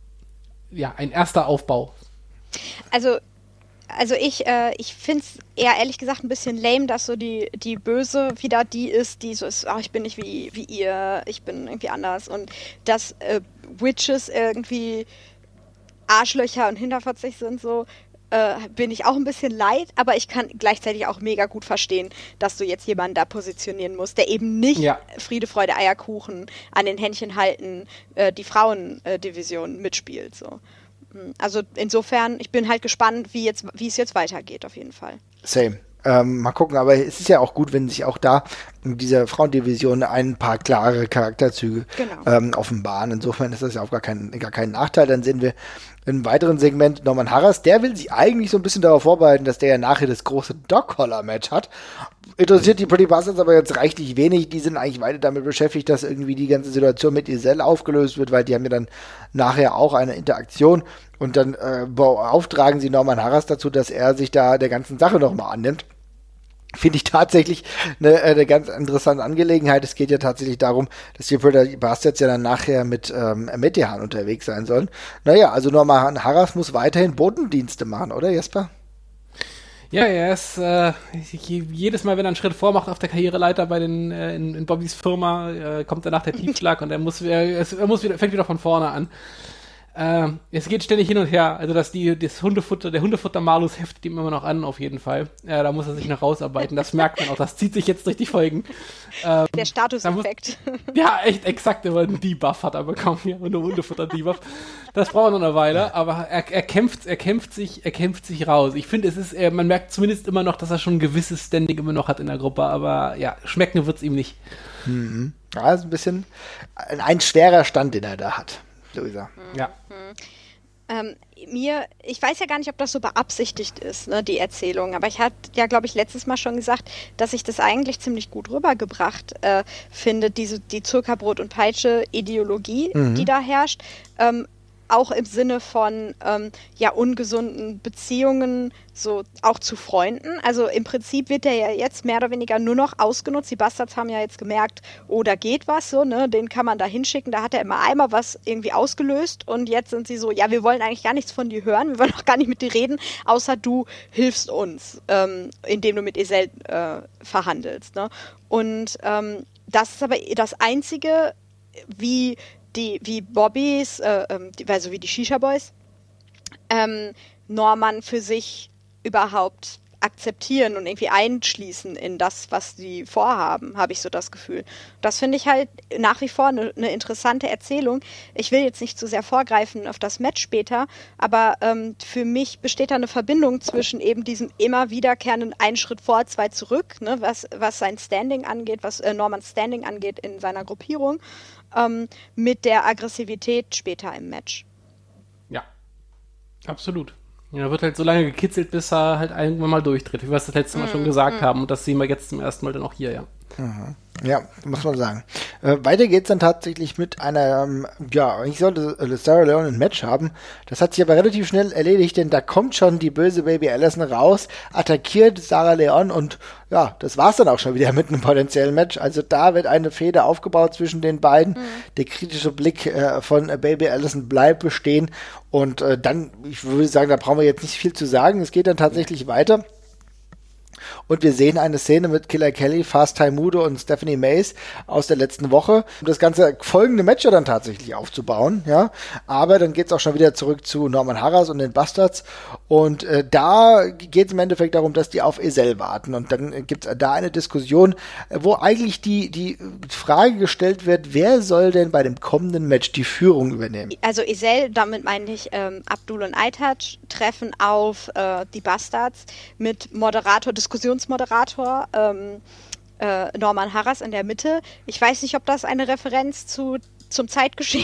S2: ja, ein erster Aufbau.
S3: Also Also ich, äh, ich finde es eher ehrlich gesagt ein bisschen lame, dass so die, die Böse wieder die ist, die so ist, ach, ich bin nicht wie, wie ihr, ich bin irgendwie anders. Und dass äh, Witches irgendwie Arschlöcher und hinterfotzig sind, so äh, bin ich auch ein bisschen leid, aber ich kann gleichzeitig auch mega gut verstehen, dass du jetzt jemanden da positionieren musst, der eben nicht
S2: ja.
S3: Friede, Freude, Eierkuchen an den Händchen halten, äh, die Frauendivision äh, mitspielt, so. Also insofern, ich bin halt gespannt, wie jetzt, wie es jetzt weitergeht, auf jeden Fall.
S1: Same. Ähm, mal gucken, aber es ist ja auch gut, wenn sich auch da in dieser Frauendivision ein paar klare Charakterzüge
S3: genau.
S1: ähm, offenbaren. Insofern ist das ja auch gar kein, gar kein Nachteil. Dann sehen wir im weiteren Segment Norman Harras, der will sich eigentlich so ein bisschen darauf vorbereiten, dass der ja nachher das große Dog-Collar-Match hat. Interessiert die Pretty Bastards aber jetzt reichlich wenig. Die sind eigentlich weiter damit beschäftigt, dass irgendwie die ganze Situation mit Iselle aufgelöst wird, weil die haben ja dann nachher auch eine Interaktion und dann äh, beauftragen sie Norman Harras dazu, dass er sich da der ganzen Sache nochmal annimmt. Finde ich tatsächlich eine, eine ganz interessante Angelegenheit. Es geht ja tatsächlich darum, dass die Pretty Bastards ja dann nachher mit ähm, Metehan unterwegs sein sollen. Naja, also Norman Harras muss weiterhin Bodendienste machen, oder Jesper?
S2: Ja, er ist äh, jedes Mal, wenn er einen Schritt vormacht auf der Karriereleiter bei den äh, in, in Bobbys Firma, äh, kommt danach der Tiefschlag und er muss, er, er muss wieder, fängt wieder von vorne an. Äh, es geht ständig hin und her, also dass die das Hundefutter, der Hundefutter-Malus heftet ihm immer noch an, auf jeden Fall. Äh, da muss er sich noch rausarbeiten, das merkt man auch, das zieht sich jetzt durch die Folgen. Ähm,
S3: der Statuseffekt.
S2: Ja, echt exakt, immer einen Debuff hat er bekommen, ja, und einen Hundefutter-Debuff. Das braucht noch eine Weile, aber er, er kämpft, er kämpft sich, er kämpft sich raus. Ich finde, es ist, er, man merkt zumindest immer noch, dass er schon ein gewisses Standing immer noch hat in der Gruppe, aber ja, schmecken wird's ihm nicht.
S1: Mhm. Ja, ist ein bisschen ein, ein schwerer Stand, den er da hat. Luisa.
S2: Ja.
S3: Ähm, mir, ich weiß ja gar nicht, ob das so beabsichtigt ist, ne, die Erzählung, aber ich hatte ja, glaube ich, letztes Mal schon gesagt, dass ich das eigentlich ziemlich gut rübergebracht äh, finde, diese, die Zuckerbrot- und Peitsche-Ideologie, mhm. die da herrscht, ähm, auch im Sinne von ähm, ja, ungesunden Beziehungen, so auch zu Freunden. Also im Prinzip wird der ja jetzt mehr oder weniger nur noch ausgenutzt. Die Bastards haben ja jetzt gemerkt, oh, da geht was, so, ne, den kann man da hinschicken. Da hat er immer einmal was irgendwie ausgelöst und jetzt sind sie so, ja, wir wollen eigentlich gar nichts von dir hören, wir wollen auch gar nicht mit dir reden, außer du hilfst uns, ähm, indem du mit Iselle äh, verhandelst. Ne? Und ähm, das ist aber das Einzige, wie die, wie Bobbys, äh, die, also wie die Shisha Boys, ähm, Norman für sich überhaupt akzeptieren und irgendwie einschließen in das, was sie vorhaben, habe ich so das Gefühl. Das finde ich halt nach wie vor eine ne interessante Erzählung. Ich will jetzt nicht zu sehr vorgreifen auf das Match später, aber ähm, für mich besteht da eine Verbindung zwischen eben diesem immer wiederkehrenden einen Schritt vor, zwei zurück, ne, was, was sein Standing angeht, was äh, Normans Standing angeht in seiner Gruppierung, ähm, mit der Aggressivität später im Match.
S2: Ja, absolut. Ja, wird halt so lange gekitzelt, bis er halt irgendwann mal durchdreht, wie wir es das letzte Mal mm, schon gesagt mm. haben. Und das sehen wir jetzt zum ersten Mal dann auch hier, ja.
S1: Mhm. Ja, muss man sagen. Äh, weiter geht's dann tatsächlich mit einer, ähm, ja, ich sollte äh, Sarah Leon ein Match haben. Das hat sich aber relativ schnell erledigt, denn da kommt schon die böse Baby Allison raus, attackiert Sarah Leon und ja, das war's dann auch schon wieder mit einem potenziellen Match. Also da wird eine Fehde aufgebaut zwischen den beiden. Mhm. Der kritische Blick äh, von äh, Baby Allison bleibt bestehen und äh, dann, ich würde sagen, da brauchen wir jetzt nicht viel zu sagen. Es geht dann tatsächlich weiter. Und wir sehen eine Szene mit Killer Kelly, Fast Time Mudo und Stephanie Mace aus der letzten Woche, um das ganze folgende Match dann tatsächlich aufzubauen, ja. Aber dann geht's auch schon wieder zurück zu Norman Harras und den Bastards. Und äh, da geht's im Endeffekt darum, dass die auf Iselle warten. Und dann äh, gibt's da eine Diskussion, äh, wo eigentlich die, die Frage gestellt wird, wer soll denn bei dem kommenden Match die Führung übernehmen?
S3: Also Iselle, damit meine ich ähm, Abdul und Aytaj, treffen auf äh, die Bastards mit Moderator, Diskussionsmoderator ähm, äh, Norman Harras in der Mitte. Ich weiß nicht, ob das eine Referenz zu zum Zeitgeschehen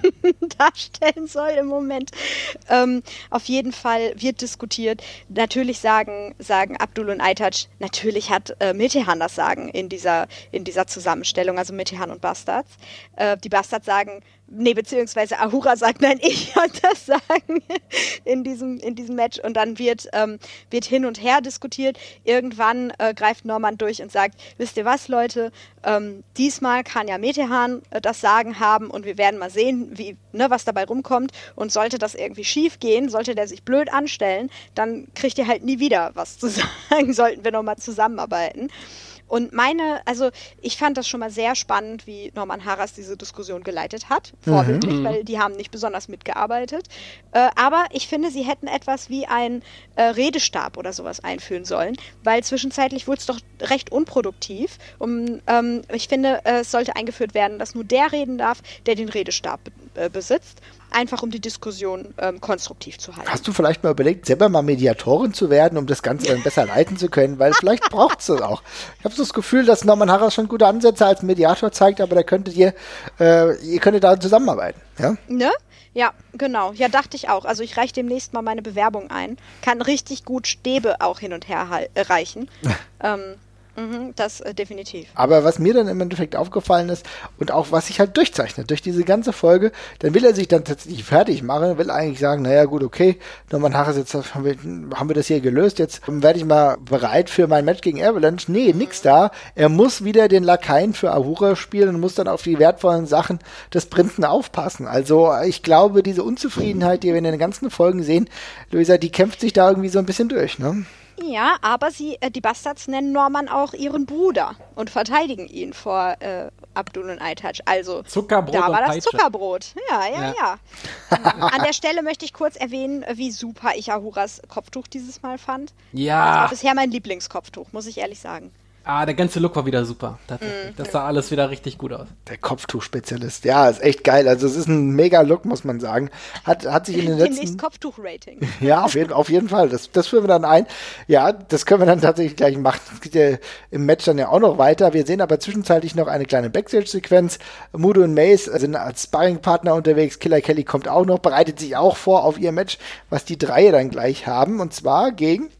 S3: darstellen soll im Moment. Ähm, auf jeden Fall wird diskutiert. Natürlich sagen, sagen Abdul und Aytac, natürlich hat äh, Metehan das Sagen in dieser, in dieser Zusammenstellung, also Metehan und Bastards. Äh, die Bastards sagen, nee, beziehungsweise Ahura sagt, nein, ich habe das Sagen in diesem, in diesem Match. Und dann wird, ähm, wird hin und her diskutiert. Irgendwann äh, greift Norman durch und sagt, wisst ihr was, Leute, ähm, diesmal kann ja Metehan äh, das Sagen haben und wir werden mal sehen, wie, ne, was dabei rumkommt. Und sollte das irgendwie schief gehen, sollte der sich blöd anstellen, dann kriegt ihr halt nie wieder was zu sagen, sollten wir nochmal zusammenarbeiten. Und meine, also ich fand das schon mal sehr spannend, wie Norman Harras diese Diskussion geleitet hat, vorbildlich, mhm. weil die haben nicht besonders mitgearbeitet. Äh, aber ich finde, sie hätten etwas wie einen äh, Redestab oder sowas einführen sollen, weil zwischenzeitlich wurde es doch recht unproduktiv. Um, ähm, ich finde, äh, es sollte eingeführt werden, dass nur der reden darf, der den Redestab äh, besitzt. Einfach um die Diskussion ähm, konstruktiv zu halten.
S1: Hast du vielleicht mal überlegt, selber mal Mediatorin zu werden, um das Ganze dann besser leiten zu können? Weil vielleicht braucht es das auch. Ich habe so das Gefühl, dass Norman Harras schon gute Ansätze als Mediator zeigt, aber da könntet ihr, äh, ihr könntet da zusammenarbeiten. Ja?
S3: Ne? Ja, genau. Ja, dachte ich auch. Also ich reiche demnächst mal meine Bewerbung ein. Kann richtig gut Stäbe auch hin und her äh, reichen. ähm, Mhm, das äh, definitiv.
S1: Aber was mir dann im Endeffekt aufgefallen ist und auch was sich halt durchzeichnet durch diese ganze Folge, dann will er sich dann tatsächlich fertig machen, will eigentlich sagen, naja gut, okay, Norman Harras, jetzt haben wir, haben wir das hier gelöst, jetzt werde ich mal bereit für mein Match gegen Avalanche. Nee, nix da. Er muss wieder den Lakaien für Ahura spielen und muss dann auf die wertvollen Sachen des Prinzen aufpassen. Also ich glaube, diese Unzufriedenheit, die wir in den ganzen Folgen sehen, Luisa, die kämpft sich da irgendwie so ein bisschen durch, ne?
S3: Ja, aber sie, äh, die Bastards nennen Norman auch ihren Bruder und verteidigen ihn vor äh, Abdul und Aytac. Also
S2: Zuckerbrot
S3: da war das
S2: Peitsche.
S3: Zuckerbrot. Ja, ja, ja.
S2: Ja.
S3: Ähm, an der Stelle möchte ich kurz erwähnen, wie super ich Ahuras Kopftuch dieses Mal fand.
S2: Ja.
S3: Das war bisher mein Lieblingskopftuch, muss ich ehrlich sagen.
S2: Ah, der ganze Look war wieder super. Tatsächlich. Mm. Das sah alles wieder richtig gut aus.
S1: Der Kopftuchspezialist, ja, ist echt geil. Also es ist ein mega Look, muss man sagen. Hat, hat sich in den letzten...
S3: Demnächst Kopftuch-Rating.
S1: Ja, auf jeden, auf jeden Fall. Das, das führen wir dann ein. Ja, das können wir dann tatsächlich gleich machen. Es geht ja im Match dann ja auch noch weiter. Wir sehen aber zwischenzeitlich noch eine kleine Backstage-Sequenz. Mudo und Mace sind als Sparringpartner unterwegs. Killer Kelly kommt auch noch, bereitet sich auch vor auf ihr Match, was die drei dann gleich haben. Und zwar gegen...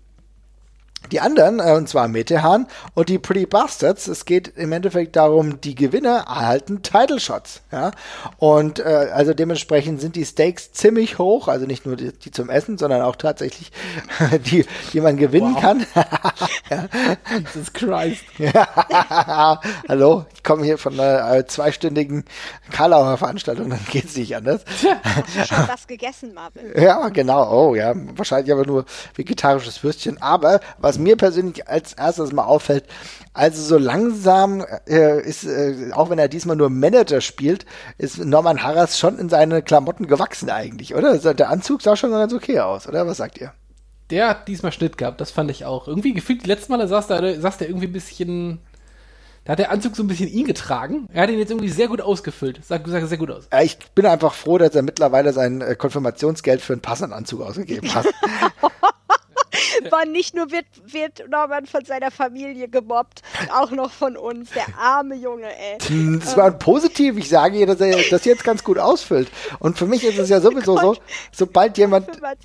S1: die anderen, äh, und zwar Metehan und die Pretty Bastards. Es geht im Endeffekt darum, die Gewinner erhalten Title Shots. Ja? Und äh, also dementsprechend sind die Stakes ziemlich hoch, also nicht nur die, die zum Essen, sondern auch tatsächlich die, die man gewinnen wow. kann.
S2: Ja. Jesus Christ.
S1: Ja. Hallo, ich komme hier von einer äh, zweistündigen Karlauer Veranstaltung, dann geht's nicht anders.
S3: Hast du schon was gegessen, Marvin?
S1: Ja, genau. Oh ja, wahrscheinlich aber nur vegetarisches Würstchen. Aber was mir persönlich als erstes mal auffällt, also so langsam äh, ist, äh, auch wenn er diesmal nur Manager spielt, ist Norman Harras schon in seine Klamotten gewachsen eigentlich, oder? Der Anzug sah schon ganz okay aus, oder? Was sagt ihr?
S2: Der hat diesmal Schnitt gehabt, das fand ich auch. Irgendwie gefühlt, die letzten Male saß der, saß der irgendwie ein bisschen... Da hat der Anzug so ein bisschen ihn getragen. Er hat ihn jetzt irgendwie sehr gut ausgefüllt. Sah, sah sehr gut aus.
S1: Ich bin einfach froh, dass er mittlerweile sein äh, Konfirmationsgeld für einen passenden Anzug ausgegeben hat.
S3: War nicht nur wird, wird Norman von seiner Familie gemobbt, auch noch von uns. Der arme Junge, ey.
S1: Das war positiv. Ich sage ihr, dass er das jetzt ganz gut ausfüllt. Und für mich ist es ja sowieso so, sobald jemand...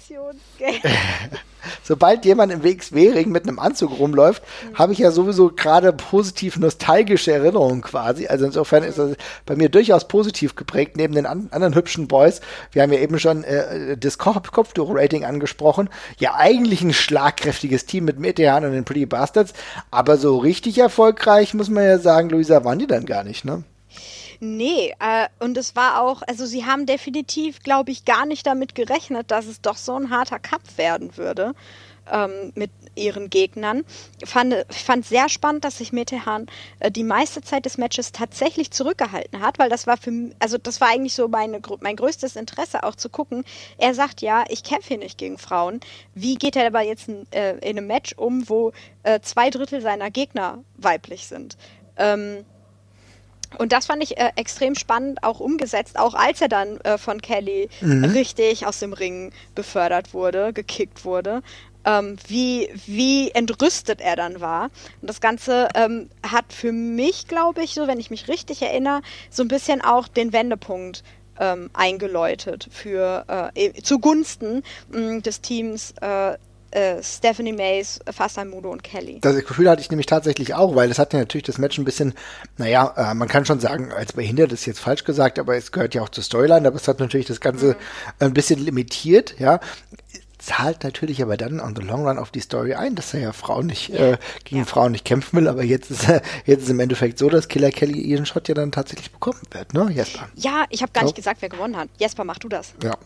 S1: Sobald jemand im W X W-Ring mit einem Anzug rumläuft, mhm. habe ich ja sowieso gerade positiv nostalgische Erinnerungen quasi. Also insofern ist das bei mir durchaus positiv geprägt, neben den an- anderen hübschen Boys. Wir haben ja eben schon äh, das Kopf- Kopftuch-Rating angesprochen. Ja, eigentlich ein schlagkräftiges Team mit Metehan und den Pretty Bastards. Aber so richtig erfolgreich, muss man ja sagen, Luisa, waren die dann gar nicht, ne?
S3: Nee, äh, und es war auch, also sie haben definitiv, glaube ich, gar nicht damit gerechnet, dass es doch so ein harter Kampf werden würde ähm, mit ihren Gegnern. Ich fand, ich fand sehr spannend, dass sich Metehan äh, die meiste Zeit des Matches tatsächlich zurückgehalten hat, weil das war für also das war eigentlich so meine, mein größtes Interesse auch zu gucken. Er sagt ja, ich kämpfe hier nicht gegen Frauen. Wie geht er aber jetzt in, äh, in einem Match um, wo äh, zwei Drittel seiner Gegner weiblich sind? Ähm, Und das fand ich äh, extrem spannend, auch umgesetzt, auch als er dann äh, von Kelly mhm. richtig aus dem Ring befördert wurde, gekickt wurde. ähm, wie, wie entrüstet er dann war. Und das Ganze ähm, hat für mich, glaube ich, so, wenn ich mich richtig erinnere, so ein bisschen auch den Wendepunkt ähm, eingeläutet für äh, zugunsten mh, des Teams äh, äh, Stephanie Mays, Fastan Mudo und Kelly.
S1: Das Gefühl hatte ich nämlich tatsächlich auch, weil es hat ja natürlich das Match ein bisschen, naja, äh, man kann schon sagen, als behindert ist jetzt falsch gesagt, aber es gehört ja auch zur Storyline, aber es hat natürlich das Ganze mhm. ein bisschen limitiert, ja. Zahlt natürlich aber dann on the long run auf die Story ein, dass er ja Frauen nicht, ja. äh, gegen ja. Frauen nicht kämpfen will, aber jetzt ist äh, jetzt ist im Endeffekt so, dass Killer Kelly ihren Shot ja dann tatsächlich bekommen wird, ne, Jesper?
S3: Ja, ich habe gar so. nicht gesagt, wer gewonnen hat. Jesper, mach du das.
S1: Ja.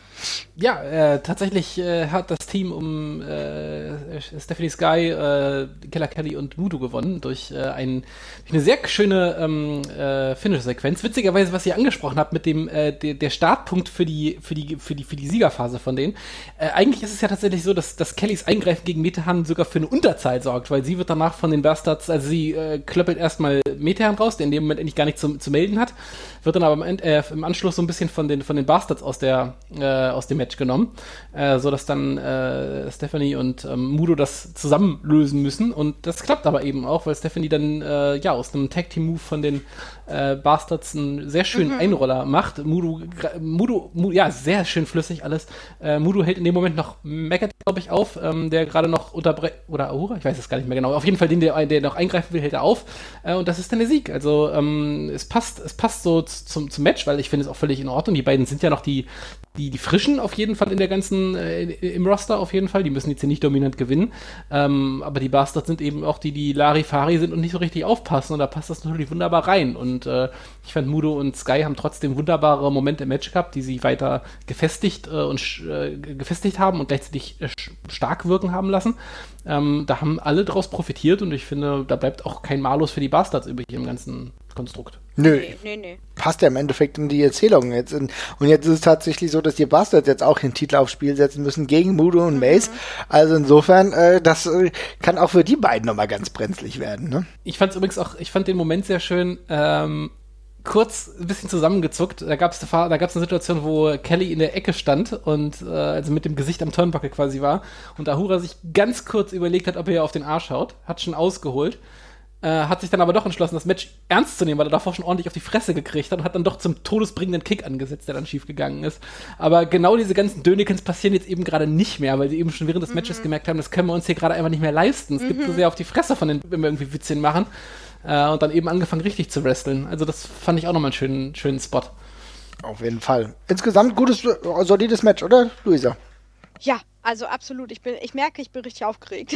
S2: Ja, äh, tatsächlich äh, hat das Team um äh, Stephanie Sky, äh, Killer Kelly und Mudo gewonnen durch äh, ein, eine sehr schöne ähm, äh, Finish-Sequenz. Witzigerweise, was ihr angesprochen habt mit dem äh, der, der Startpunkt für die für die für die für die Siegerphase von denen. Äh, eigentlich ist es ja tatsächlich so, dass, dass Kellys Eingreifen gegen Metehan sogar für eine Unterzahl sorgt, weil sie wird danach von den Bastards, also sie äh, klöppelt erstmal Metehan raus, der in dem Moment eigentlich gar nichts zu, zu melden hat, wird dann aber im, End, äh, im Anschluss so ein bisschen von den von den Bastards aus der äh, aus dem Match genommen, äh, so dass dann äh, Stephanie und ähm, Mudo das zusammen lösen müssen und das klappt aber eben auch, weil Stephanie dann äh, ja aus einem Tag-Team-Move von den äh, Bastards einen sehr schönen mhm. Einroller macht. Mudo, Mudo, Mudo, ja, sehr schön flüssig alles. Äh, Mudo hält in dem Moment noch Maggot, glaube ich, auf, ähm, der gerade noch unterbrechen, oder Ahura, ich weiß es gar nicht mehr genau. Auf jeden Fall den, der, der noch eingreifen will, hält er auf äh, und das ist dann der Sieg. Also ähm, es passt, es passt so zum, zum Match, weil ich finde es auch völlig in Ordnung. Die beiden sind ja noch die Die, die Frischen auf jeden Fall in der ganzen, äh, im Roster auf jeden Fall, die müssen jetzt hier nicht dominant gewinnen, ähm, aber die Bastards sind eben auch die, die Larifari sind und nicht so richtig aufpassen und da passt das natürlich wunderbar rein und äh, ich fand Mudo und Sky haben trotzdem wunderbare Momente im Match gehabt, die sie weiter gefestigt äh, und äh, gefestigt haben und gleichzeitig äh, stark wirken haben lassen. Ähm, da haben alle draus profitiert und ich finde, da bleibt auch kein Malus für die Bastards übrig im ganzen Konstrukt.
S1: Nö,
S3: nee, nee, nee.
S1: Passt ja im Endeffekt in die Erzählung jetzt. Und jetzt ist es tatsächlich so, dass die Bastards jetzt auch den Titel aufs Spiel setzen müssen gegen Mudo und Mace. Mhm. Also insofern, äh, das äh, kann auch für die beiden nochmal ganz brenzlig werden. Ne?
S2: Ich fand übrigens auch, ich fand den Moment sehr schön, ähm, kurz ein bisschen zusammengezuckt. Da gab es da gab's eine Situation, wo Kelly in der Ecke stand und äh, also mit dem Gesicht am Turnbuckle quasi war und Ahura sich ganz kurz überlegt hat, ob er ihr auf den Arsch haut. Hat schon ausgeholt. Äh, hat sich dann aber doch entschlossen, das Match ernst zu nehmen, weil er davor schon ordentlich auf die Fresse gekriegt hat und hat dann doch zum todesbringenden Kick angesetzt, der dann schief gegangen ist. Aber genau diese ganzen Dönekens passieren jetzt eben gerade nicht mehr, weil sie eben schon während des Matches mhm. gemerkt haben, das können wir uns hier gerade einfach nicht mehr leisten. Es mhm. gibt so sehr auf die Fresse von den, wenn wir irgendwie Witzchen machen. Äh, und dann eben angefangen richtig zu wresteln. Also das fand ich auch nochmal einen schönen, schönen Spot.
S1: Auf jeden Fall. Insgesamt gutes, solides Match, oder, Luisa?
S3: Ja, also absolut. Ich bin, ich merke, ich bin richtig aufgeregt.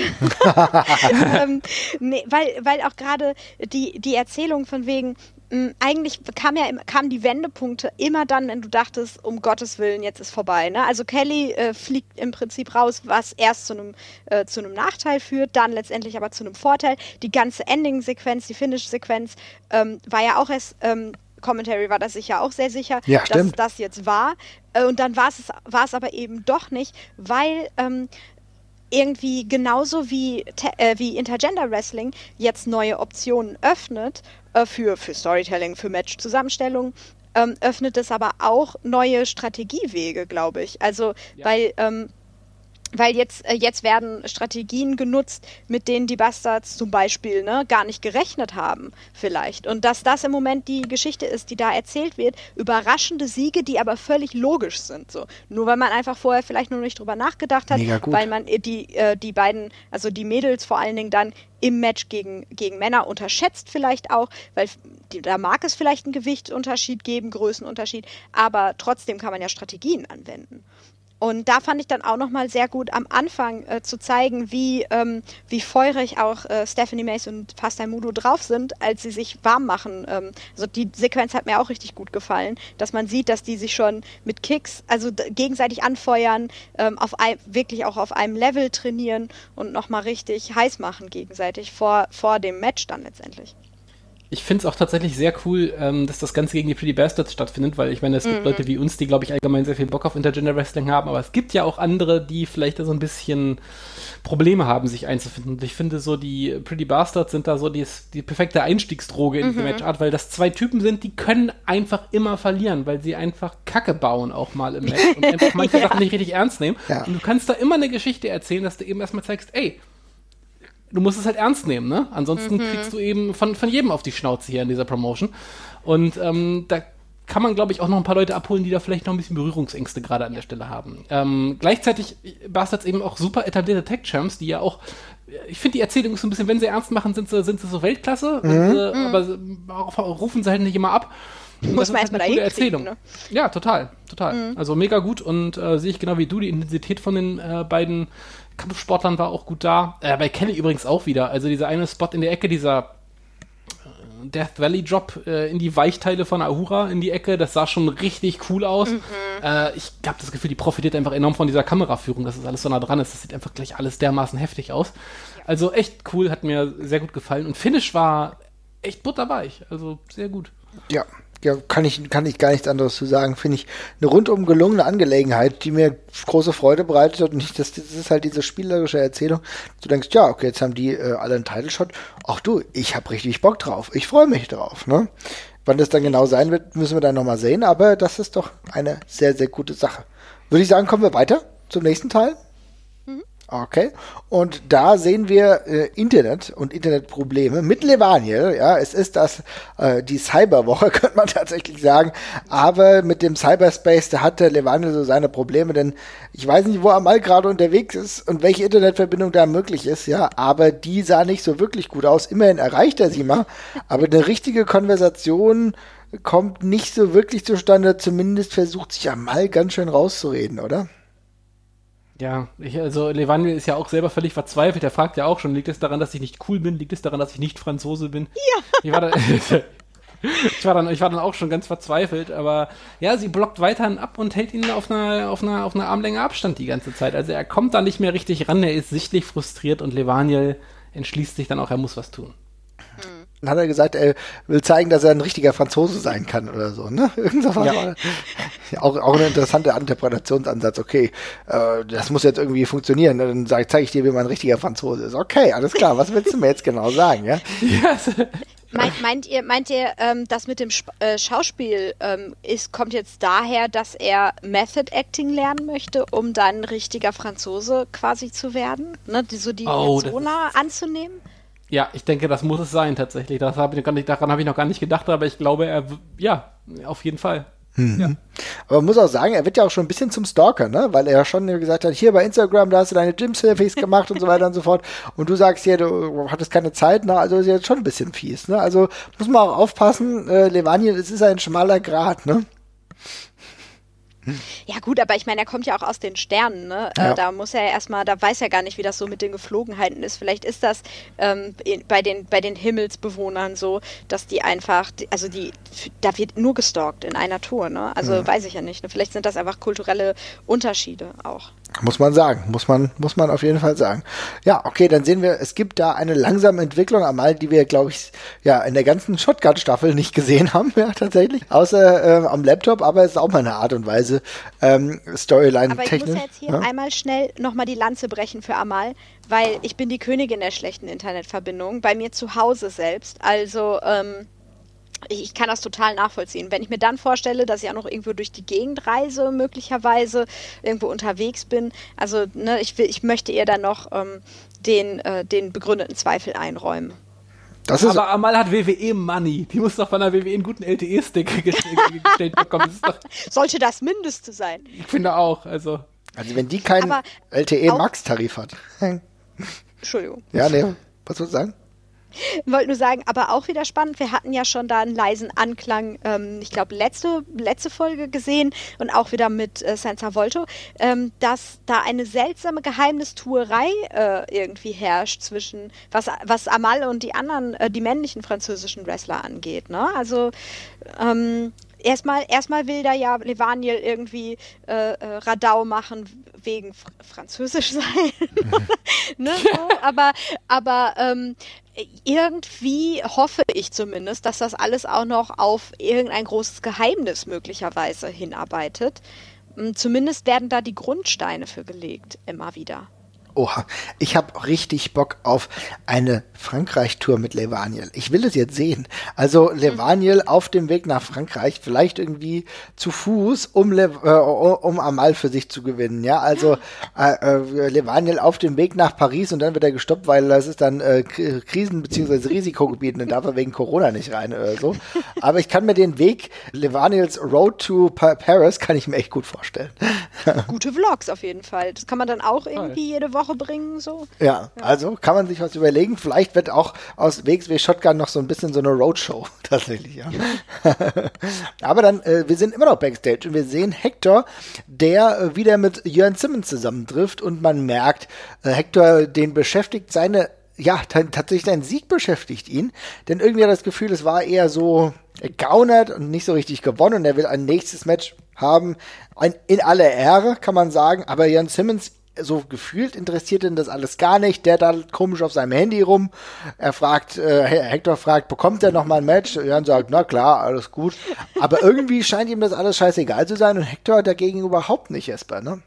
S3: ähm, nee, weil, weil auch gerade die, die Erzählung von wegen, mh, eigentlich kam ja, kamen die Wendepunkte immer dann, wenn du dachtest, um Gottes Willen, jetzt ist vorbei. Ne? Also Kelly äh, fliegt im Prinzip raus, was erst zu einem äh, zu einem Nachteil führt, dann letztendlich aber zu einem Vorteil. Die ganze Ending-Sequenz, die Finish-Sequenz ähm, war ja auch erst ähm, Commentary war das sicher auch sehr sicher,
S1: ja,
S3: dass
S1: stimmt.
S3: das jetzt war. Und dann war es war es aber eben doch nicht, weil ähm, irgendwie genauso wie, äh, wie Intergender Wrestling jetzt neue Optionen öffnet äh, für, für Storytelling, für Match-Zusammenstellung, ähm, öffnet es aber auch neue Strategiewege, glaube ich. Also, ja. weil ähm, Weil jetzt, äh, jetzt werden Strategien genutzt, mit denen die Bastards zum Beispiel ne, gar nicht gerechnet haben, vielleicht. Und dass das im Moment die Geschichte ist, die da erzählt wird, überraschende Siege, die aber völlig logisch sind. So. Nur weil man einfach vorher vielleicht nur nicht drüber nachgedacht hat, weil man die, äh, die beiden, also die Mädels vor allen Dingen dann im Match gegen, gegen Männer unterschätzt vielleicht auch, weil die, da mag es vielleicht einen Gewichtsunterschied geben, Größenunterschied, aber trotzdem kann man ja Strategien anwenden. Und da fand ich dann auch nochmal sehr gut am Anfang äh, zu zeigen, wie, ähm, wie feurig auch äh, Stephanie Mace und Fastan Mudo drauf sind, als sie sich warm machen. Ähm, also die Sequenz hat mir auch richtig gut gefallen, dass man sieht, dass die sich schon mit Kicks, also d- gegenseitig anfeuern, ähm, auf ein, wirklich auch auf einem Level trainieren und nochmal richtig heiß machen gegenseitig vor, vor dem Match dann letztendlich.
S2: Ich finde es auch tatsächlich sehr cool, ähm, dass das Ganze gegen die Pretty Bastards stattfindet, weil ich meine, es gibt mhm. Leute wie uns, die, glaube ich, allgemein sehr viel Bock auf Intergender Wrestling haben, aber es gibt ja auch andere, die vielleicht da so ein bisschen Probleme haben, sich einzufinden. Und ich finde so, die Pretty Bastards sind da so die, die perfekte Einstiegsdroge in mhm. diese Matchart, weil das zwei Typen sind, die können einfach immer verlieren, weil sie einfach Kacke bauen auch mal im Match und einfach manche ja. Sachen nicht richtig ernst nehmen. Ja. Und du kannst da immer eine Geschichte erzählen, dass du eben erstmal zeigst, ey, du musst es halt ernst nehmen, ne? Ansonsten mhm. kriegst du eben von, von jedem auf die Schnauze hier in dieser Promotion. Und ähm, da kann man, glaube ich, auch noch ein paar Leute abholen, die da vielleicht noch ein bisschen Berührungsängste gerade an der Stelle haben. Ähm, gleichzeitig Bastards eben auch super etablierte Tech-Champs, die ja auch, ich finde, die Erzählung ist so ein bisschen, wenn sie ernst machen, sind sie, sind sie so Weltklasse, mhm. sie, mhm. aber rufen sie halt nicht immer ab. Und
S3: muss man
S2: halt
S3: erstmal dahin
S2: Erzählung.
S3: Ne?
S2: Ja, total, total. Mhm. Also mega gut und äh, sehe ich genau wie du, die Intensität von den äh, beiden Kampfsportlern war auch gut da. Äh, bei Kelly übrigens auch wieder. Also dieser eine Spot in der Ecke, dieser äh, Death Valley Drop äh, in die Weichteile von Ahura in die Ecke, das sah schon richtig cool aus. Mhm. Äh, ich habe das Gefühl, die profitiert einfach enorm von dieser Kameraführung, dass das alles so nah dran ist. Das sieht einfach gleich alles dermaßen heftig aus. Ja. Also echt cool, hat mir sehr gut gefallen. Und Finish war echt butterweich. Also sehr gut.
S1: Ja. Ja, kann ich, kann ich gar nichts anderes zu sagen. Finde ich eine rundum gelungene Angelegenheit, die mir große Freude bereitet hat. Und nicht, das, das ist halt diese spielerische Erzählung. Du denkst, ja, okay, jetzt haben die äh, alle einen Title-Shot. Ach du, ich habe richtig Bock drauf. Ich freue mich drauf, ne? Wann das dann genau sein wird, müssen wir dann nochmal sehen. Aber das ist doch eine sehr, sehr gute Sache. Würde ich sagen, kommen wir weiter zum nächsten Teil. Mhm. Okay, und da sehen wir äh, Internet und Internetprobleme mit Levaniel. Ja, es ist das äh, die Cyberwoche, könnte man tatsächlich sagen. Aber mit dem Cyberspace, da hat der Levaniel so seine Probleme, denn ich weiß nicht, wo Amal gerade unterwegs ist und welche Internetverbindung da möglich ist. Ja, aber die sah nicht so wirklich gut aus. Immerhin erreicht er sie mal, aber eine richtige Konversation kommt nicht so wirklich zustande. Zumindest versucht sich Amal ganz schön rauszureden, oder?
S2: Ja, ich, also Levaniel ist ja auch selber völlig verzweifelt. Er fragt ja auch schon, liegt es daran, dass ich nicht cool bin? Liegt es daran, dass ich nicht Franzose bin?
S3: Ja.
S2: Ich war, da, ich, war dann, ich war dann auch schon ganz verzweifelt, aber ja, sie blockt weiterhin ab und hält ihn auf einer auf einer, auf einer Armlänge Abstand die ganze Zeit. Also er kommt da nicht mehr richtig ran, er ist sichtlich frustriert und Levaniel entschließt sich dann auch, er muss was tun.
S1: Hm. Dann hat er gesagt, er will zeigen, dass er ein richtiger Franzose sein kann oder so, ne? Irgend so was ja. war auch, auch ein interessanter Interpretationsansatz. Okay, äh, das muss jetzt irgendwie funktionieren. Dann sage zeige ich dir, wie man ein richtiger Franzose ist. Okay, alles klar. Was willst du mir jetzt genau sagen, ja?
S2: Yes.
S3: Meint, meint ihr, meint ihr, ähm, das mit dem Sp- äh, Schauspiel ähm, ist, kommt jetzt daher, dass er Method Acting lernen möchte, um dann ein richtiger Franzose quasi zu werden? Ne? Die, so die
S2: oh,
S3: Persona anzunehmen?
S2: Ja, ich denke, das muss es sein tatsächlich. Das hab ich gar nicht, daran habe ich noch gar nicht gedacht, aber ich glaube, er, ja, auf jeden Fall.
S1: Mhm. Ja. Aber man muss auch sagen, er wird ja auch schon ein bisschen zum Stalker, ne? Weil er schon gesagt hat, hier bei Instagram, da hast du deine Gym-Selfies gemacht und so weiter und so fort. Und du sagst hier, du hattest keine Zeit, ne? Also ist jetzt schon ein bisschen fies, ne? Also muss man auch aufpassen, äh, Levaniel, es ist ein schmaler Grat, ne?
S3: Ja gut, aber ich meine, er kommt ja auch aus den Sternen, ne? Ja. Äh, da muss er erstmal, da weiß er gar nicht, wie das so mit den Geflogenheiten ist. Vielleicht ist das ähm, in, bei den bei den Himmelsbewohnern so, dass die einfach, also die, da wird nur gestalkt in einer Tour, ne? Also ja. weiß ich ja nicht. Ne? Vielleicht sind das einfach kulturelle Unterschiede auch.
S1: Muss man sagen, muss man, muss man auf jeden Fall sagen. Ja, okay, dann sehen wir, es gibt da eine langsame Entwicklung einmal, die wir, glaube ich, ja, in der ganzen Shotgun-Staffel nicht gesehen haben, ja, tatsächlich. Außer äh, am Laptop, aber es ist auch mal eine Art und Weise, ähm, Storyline-technisch.
S3: Aber ich muss jetzt hier ja? einmal schnell nochmal die Lanze brechen für Amal, weil ich bin die Königin der schlechten Internetverbindung, bei mir zu Hause selbst. Also, ähm, ich kann das total nachvollziehen. Wenn ich mir dann vorstelle, dass ich auch noch irgendwo durch die Gegend reise, möglicherweise irgendwo unterwegs bin, also ne, ich, will, ich möchte ihr dann noch ähm, den, äh, den begründeten Zweifel einräumen.
S2: Das ist aber Amal hat W W E-Money. Die muss doch von der W W E einen guten L T E-Stick gestellt bekommen. Das ist doch
S3: sollte das Mindeste sein.
S2: Ich finde auch. Also,
S1: also wenn die keinen L T E-Max-Tarif hat.
S3: Entschuldigung.
S1: Ja, nee, was soll ich sagen?
S3: Ich wollte nur sagen, aber auch wieder spannend, wir hatten ja schon da einen leisen Anklang, ähm, ich glaube, letzte, letzte Folge gesehen und auch wieder mit äh, Senza Volto, ähm, dass da eine seltsame Geheimnistuerei äh, irgendwie herrscht zwischen, was, was Amal und die anderen, äh, die männlichen französischen Wrestler angeht. Ne? Also, ähm, erstmal, erstmal will da ja Levaniel irgendwie äh, äh, Radau machen wegen Fr- Französisch sein. ne? so, aber aber ähm, irgendwie hoffe ich zumindest, dass das alles auch noch auf irgendein großes Geheimnis möglicherweise hinarbeitet. Zumindest werden da die Grundsteine für gelegt, immer wieder.
S1: Oha, ich habe richtig Bock auf eine Frankreich-Tour mit Levaniel. Ich will es jetzt sehen. Also Levaniel mhm. auf dem Weg nach Frankreich, vielleicht irgendwie zu Fuß, um, Le- äh, um Amal für sich zu gewinnen. Ja, also äh, äh, Levaniel auf dem Weg nach Paris und dann wird er gestoppt, weil das ist dann äh, Krisen- bzw. Risikogebiet und dann darf er wegen Corona nicht rein oder so. Aber ich kann mir den Weg Levaniels Road to pa- Paris kann ich mir echt gut vorstellen.
S3: Gute Vlogs auf jeden Fall. Das kann man dann auch irgendwie jede Woche bringen, so.
S1: Ja, ja, also kann man sich was überlegen. Vielleicht wird auch aus W X W Shotgun noch so ein bisschen so eine Roadshow tatsächlich, ja. Aber dann, äh, wir sind immer noch Backstage und wir sehen Hector, der äh, wieder mit Jörn Simmons zusammentrifft und man merkt, äh, Hector, den beschäftigt seine, ja, t- tatsächlich sein Sieg beschäftigt ihn, denn irgendwie hat er das Gefühl, es war eher so gaunert und nicht so richtig gewonnen und er will ein nächstes Match haben, ein, in aller Ehre, kann man sagen, aber Jörn Simmons so gefühlt interessiert ihn das alles gar nicht. Der da komisch auf seinem Handy rum. Er fragt, äh, Hector fragt, bekommt er noch mal ein Match? Jan sagt, na klar, alles gut. Aber irgendwie scheint ihm das alles scheißegal zu sein und Hector dagegen überhaupt nicht, Jesper, ne?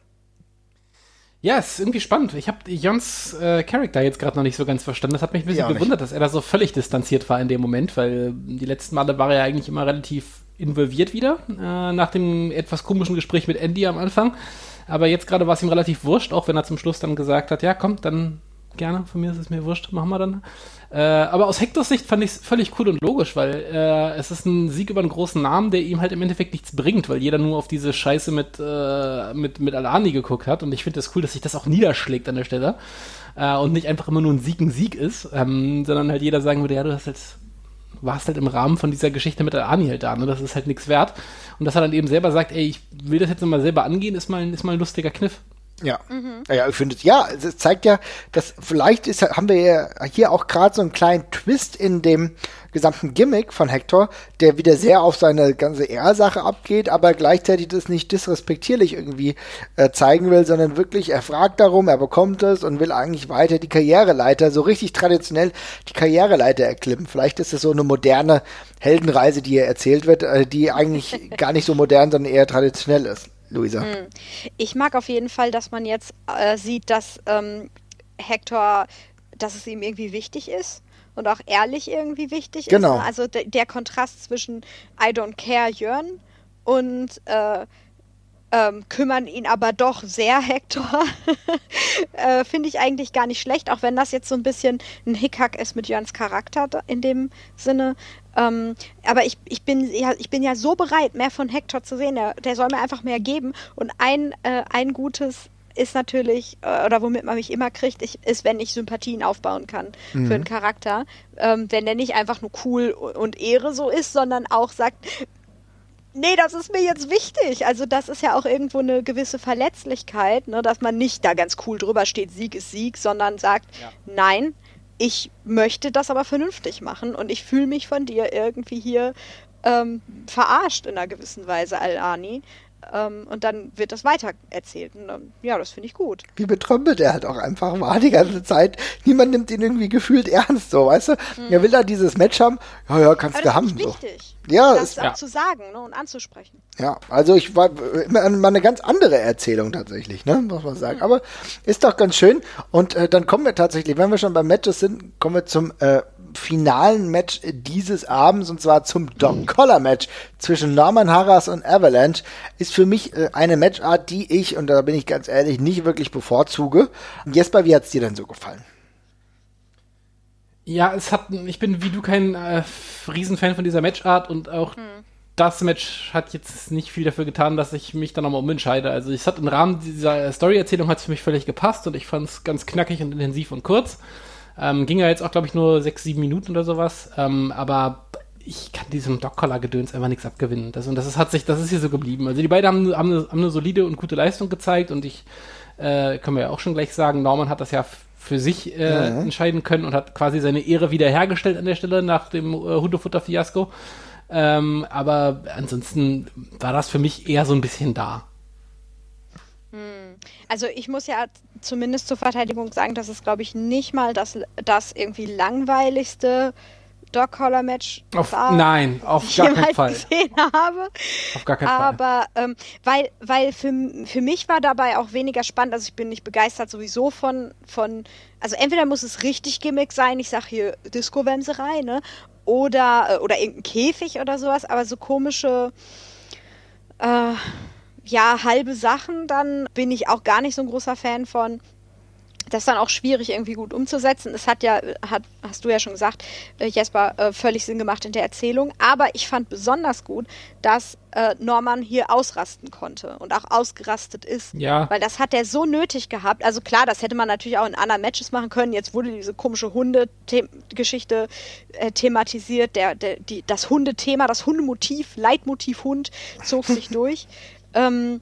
S2: Ja, ist irgendwie spannend. Ich habe Jons äh, Charakter jetzt gerade noch nicht so ganz verstanden. Das hat mich ein bisschen gewundert, dass er da so völlig distanziert war in dem Moment, weil die letzten Male war er ja eigentlich immer relativ involviert wieder, äh, nach dem etwas komischen Gespräch mit Andy am Anfang. Aber jetzt gerade war es ihm relativ wurscht, auch wenn er zum Schluss dann gesagt hat, ja komm, dann gerne, von mir ist es mir wurscht, machen wir dann. Äh, aber aus Hectors Sicht fand ich es völlig cool und logisch, weil äh, es ist ein Sieg über einen großen Namen, der ihm halt im Endeffekt nichts bringt, weil jeder nur auf diese Scheiße mit, äh, mit, mit Al-Ani geguckt hat und ich finde das cool, dass sich das auch niederschlägt an der Stelle äh, und nicht einfach immer nur ein Sieg ein Sieg ist, ähm, sondern halt jeder sagen würde, ja, du hast halt warst halt im Rahmen von dieser Geschichte mit Al-Ani halt da, ne? Das ist halt nichts wert. Und dass er dann eben selber sagt, ey, ich will das jetzt nochmal selber angehen, ist mal, ist mal ein lustiger Kniff.
S1: Ja, mhm. ja, ich finde, ja, es zeigt ja, dass vielleicht ist, haben wir ja hier auch gerade so einen kleinen Twist in dem gesamten Gimmick von Hector, der wieder sehr auf seine ganze Ehrsache abgeht, aber gleichzeitig das nicht disrespektierlich irgendwie äh, zeigen will, sondern wirklich, er fragt darum, er bekommt es und will eigentlich weiter die Karriereleiter, so richtig traditionell die Karriereleiter erklimmen. Vielleicht ist es so eine moderne Heldenreise, die hier erzählt wird, äh, die eigentlich gar nicht so modern, sondern eher traditionell ist. Luisa.
S3: Ich mag auf jeden Fall, dass man jetzt äh, sieht, dass ähm, Hector, dass es ihm irgendwie wichtig ist und auch ehrlich irgendwie wichtig
S1: genau.
S3: ist. Also de- der Kontrast zwischen I don't care Jörn und äh, ähm, kümmern ihn aber doch sehr Hector. äh, Finde ich eigentlich gar nicht schlecht, auch wenn das jetzt so ein bisschen ein Hickhack ist mit Jörns Charakter in dem Sinne. Ähm, aber ich, ich, bin ja, ich bin ja so bereit, mehr von Hector zu sehen. Der, der soll mir einfach mehr geben. Und ein, äh, ein gutes ist natürlich, äh, oder womit man mich immer kriegt, ich, ist, wenn ich Sympathien aufbauen kann mhm. für einen Charakter. Ähm, wenn der nicht einfach nur cool und Ehre so ist, sondern auch sagt, nee, das ist mir jetzt wichtig. Also das ist ja auch irgendwo eine gewisse Verletzlichkeit, ne, dass man nicht da ganz cool drüber steht, Sieg ist Sieg, sondern sagt, ja. nein, ich möchte das aber vernünftig machen und ich fühle mich von dir irgendwie hier ähm, verarscht in einer gewissen Weise, Al-Ani. Ähm, und dann wird das weiter erzählt. Und, ähm, ja, das finde ich gut.
S1: Wie betrömpelt er halt auch einfach war die ganze Zeit. Niemand nimmt ihn irgendwie gefühlt ernst, so, weißt du? Mhm. Er will da dieses Match haben. Ja, ja, kannst du haben.
S3: Das ist
S1: so.
S3: wichtig.
S1: Ja,
S3: das
S1: ist
S3: auch
S1: ja.
S3: zu sagen, ne, und anzusprechen.
S1: Ja, also ich war immer mal eine ganz andere Erzählung tatsächlich, ne, muss man sagen. Mhm. Aber ist doch ganz schön. Und äh, dann kommen wir tatsächlich, wenn wir schon beim Matches sind, kommen wir zum äh, finalen Match dieses Abends, und zwar zum Dog Collar Match zwischen Norman Harras und Avalanche. Ist für mich äh, eine Matchart, die ich, und da bin ich ganz ehrlich, nicht wirklich bevorzuge. Jesper, wie hat's dir denn so gefallen?
S2: Ja, es hat, ich bin wie du kein äh, Riesenfan von dieser Matchart und auch hm. das Match hat jetzt nicht viel dafür getan, dass ich mich da nochmal umentscheide. Also es hat im Rahmen dieser Story-Erzählung hat es für mich völlig gepasst und ich fand es ganz knackig und intensiv und kurz. Ähm, ging ja jetzt auch, glaube ich, nur sechs, sieben Minuten oder sowas. Ähm, aber ich kann diesem Dog-Collar-Gedöns einfach nichts abgewinnen. Das, und das ist, hat sich, das ist hier so geblieben. Also die beiden haben, haben, eine, haben eine solide und gute Leistung gezeigt und ich, äh, können wir ja auch schon gleich sagen, Norman hat das ja f- für sich äh, ja. entscheiden können und hat quasi seine Ehre wiederhergestellt an der Stelle nach dem äh, Hundefutter-Fiasko. Ähm, aber ansonsten war das für mich eher so ein bisschen da.
S3: Also ich muss ja zumindest zur Verteidigung sagen, dass es, glaube ich, nicht mal das, das irgendwie langweiligste Dog-Collar-Match war,
S2: nein, auf
S3: das ich
S2: gar keinen
S3: jemals
S2: Fall.
S3: gesehen habe.
S2: Auf gar keinen
S3: Aber
S2: Fall.
S3: ähm, weil, weil für, für mich war dabei auch weniger spannend, also ich bin nicht begeistert sowieso von, von also entweder muss es richtig Gimmick sein, ich sag hier Disco-Wemserei, ne, oder, oder irgendein Käfig oder sowas, aber so komische äh, ja, halbe Sachen, dann bin ich auch gar nicht so ein großer Fan von. Das ist dann auch schwierig irgendwie gut umzusetzen. Es hat ja, hat, hast du ja schon gesagt, äh, Jesper, äh, völlig Sinn gemacht in der Erzählung. Aber ich fand besonders gut, dass äh, Norman hier ausrasten konnte und auch ausgerastet ist.
S2: Ja.
S3: Weil das hat er so nötig gehabt. Also klar, das hätte man natürlich auch in anderen Matches machen können. Jetzt wurde diese komische Hunde-Geschichte äh, thematisiert. Der, der, die, das Hundethema, das Hundemotiv, Leitmotiv Hund zog sich durch. Ähm,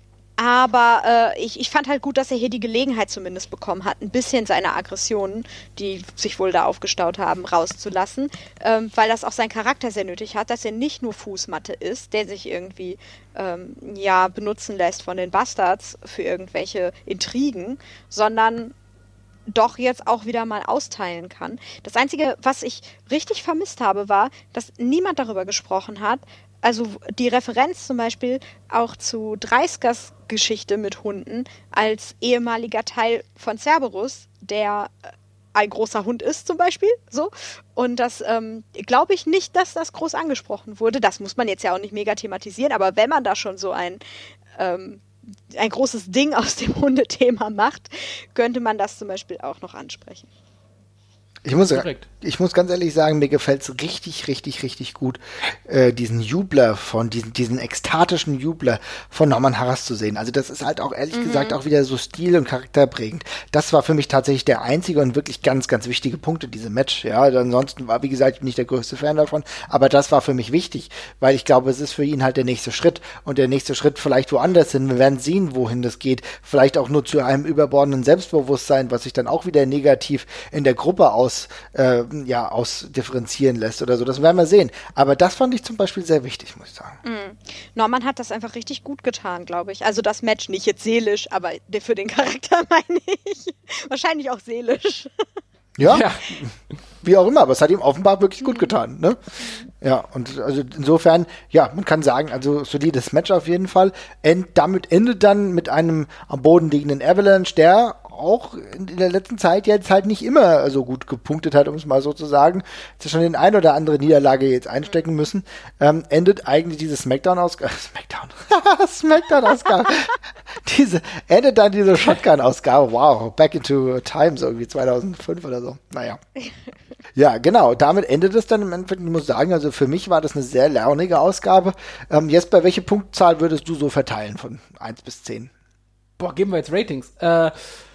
S3: aber äh, ich, ich fand halt gut, dass er hier die Gelegenheit zumindest bekommen hat, ein bisschen seine Aggressionen, die sich wohl da aufgestaut haben, rauszulassen, ähm, weil das auch sein Charakter sehr nötig hat, dass er nicht nur Fußmatte ist, der sich irgendwie ähm, ja benutzen lässt von den Bastards für irgendwelche Intrigen, sondern doch jetzt auch wieder mal austeilen kann. Das Einzige, was ich richtig vermisst habe, war, dass niemand darüber gesprochen hat, also die Referenz zum Beispiel auch zu Dreiskers Geschichte mit Hunden als ehemaliger Teil von Cerberus, der ein großer Hund ist zum Beispiel, so. Und das ähm, glaube ich nicht, dass das groß angesprochen wurde. Das muss man jetzt ja auch nicht mega thematisieren, aber wenn man da schon so ein ähm, ein großes Ding aus dem Hundethema macht, könnte man das zum Beispiel auch noch ansprechen.
S1: Ich muss, ich muss ganz ehrlich sagen, mir gefällt es richtig, richtig, richtig gut, äh, diesen Jubler von, diesen, diesen ekstatischen Jubler von Norman Harras zu sehen. Also das ist halt auch, ehrlich mhm. gesagt, auch wieder so stil- und charakterprägend. Das war für mich tatsächlich der einzige und wirklich ganz, ganz wichtige Punkt in diesem Match. Ja, ansonsten war, wie gesagt, ich bin nicht der größte Fan davon, aber das war für mich wichtig, weil ich glaube, es ist für ihn halt der nächste Schritt und der nächste Schritt vielleicht woanders hin. Wir werden sehen, wohin das geht. Vielleicht auch nur zu einem überbordenden Selbstbewusstsein, was sich dann auch wieder negativ in der Gruppe aus Äh, ja, ausdifferenzieren lässt oder so. Das werden wir sehen. Aber das fand ich zum Beispiel sehr wichtig, muss ich sagen.
S3: Mm. Norman hat das einfach richtig gut getan, glaube ich. Also das Match nicht jetzt seelisch, aber für den Charakter meine ich. Wahrscheinlich auch seelisch.
S1: Ja, ja, wie auch immer, aber es hat ihm offenbar wirklich gut getan, ne? Ja, und also insofern, ja, man kann sagen, also solides Match auf jeden Fall. End, damit endet dann mit einem am Boden liegenden Avalanche, der auch in der letzten Zeit jetzt halt nicht immer so gut gepunktet hat, um es mal so zu sagen. Jetzt ist schon den ein oder andere Niederlage jetzt einstecken müssen. Ähm, endet eigentlich diese Smackdown-Ausgabe, Smackdown, Smackdown-Ausgabe, diese, endet dann diese Shotgun-Ausgabe, wow, back into times irgendwie zweitausendfünf oder so, naja. Ja, genau, damit endet es dann im Endeffekt, ich muss sagen, also für mich war das eine sehr launige Ausgabe. Ähm, Jesper, welche Punktzahl würdest du so verteilen von eins bis zehn?
S2: Boah, geben wir jetzt Ratings. Äh,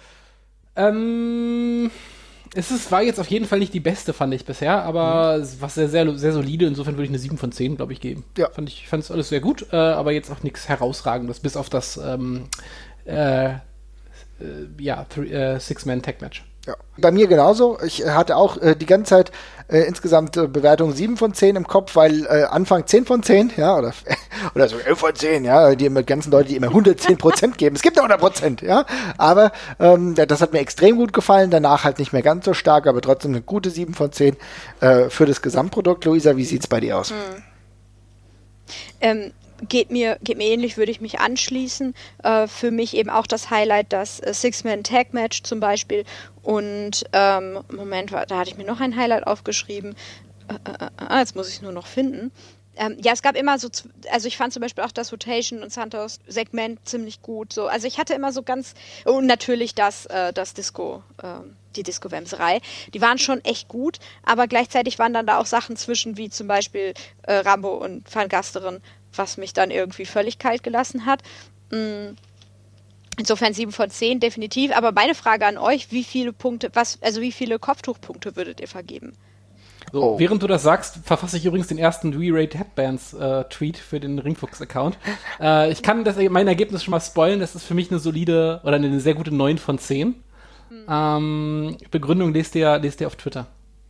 S2: Ähm, es ist, war jetzt auf jeden Fall nicht die beste, fand ich bisher, aber mhm. es war sehr, sehr, sehr solide. Insofern würde ich eine sieben von zehn, glaube ich, geben. Ja. Fand ich fand es alles sehr gut, äh, aber jetzt auch nichts Herausragendes, bis auf das ähm, äh, äh, ja, äh, Six-Man-Tag-Match.
S1: Ja, bei mir genauso. Ich hatte auch äh, die ganze Zeit äh, insgesamt äh, Bewertung sieben von zehn im Kopf, weil äh, Anfang zehn von zehn, ja, oder oder so elf von zehn, ja, die immer ganzen Leute, die immer hundertzehn Prozent geben. Es gibt ja hundert Prozent, ja, aber ähm, das hat mir extrem gut gefallen, danach halt nicht mehr ganz so stark, aber trotzdem eine gute sieben von zehn äh, für das Gesamtprodukt. Luisa, wie sieht's bei dir aus?
S3: Hm. Ähm, Geht mir, geht mir ähnlich, würde ich mich anschließen. Äh, für mich eben auch das Highlight, das äh, Six-Man-Tag-Match zum Beispiel. Und, ähm, Moment, da hatte ich mir noch ein Highlight aufgeschrieben. Äh, äh, äh, jetzt muss ich es nur noch finden. Ähm, ja, es gab immer so, also ich fand zum Beispiel auch das Rotation und Santos Segment ziemlich gut. So. Also ich hatte immer so ganz, und natürlich das, äh, das Disco, äh, die Disco-Wemserei, die waren schon echt gut, aber gleichzeitig waren dann da auch Sachen zwischen, wie zum Beispiel äh, Rambo und Van Gasteren, was mich dann irgendwie völlig kalt gelassen hat. Insofern sieben von zehn, definitiv. Aber meine Frage an euch, wie viele Punkte, was, also wie viele Kopftuchpunkte würdet ihr vergeben?
S2: So, oh. Während du das sagst, verfasse ich übrigens den ersten We-Rate Headbands äh, Tweet für den Ringfuchs-Account. Äh, ich kann das, mein Ergebnis schon mal spoilen, das ist für mich eine solide oder eine sehr gute neun von zehn. Hm. Ähm, Begründung lest ihr, lest ihr auf Twitter.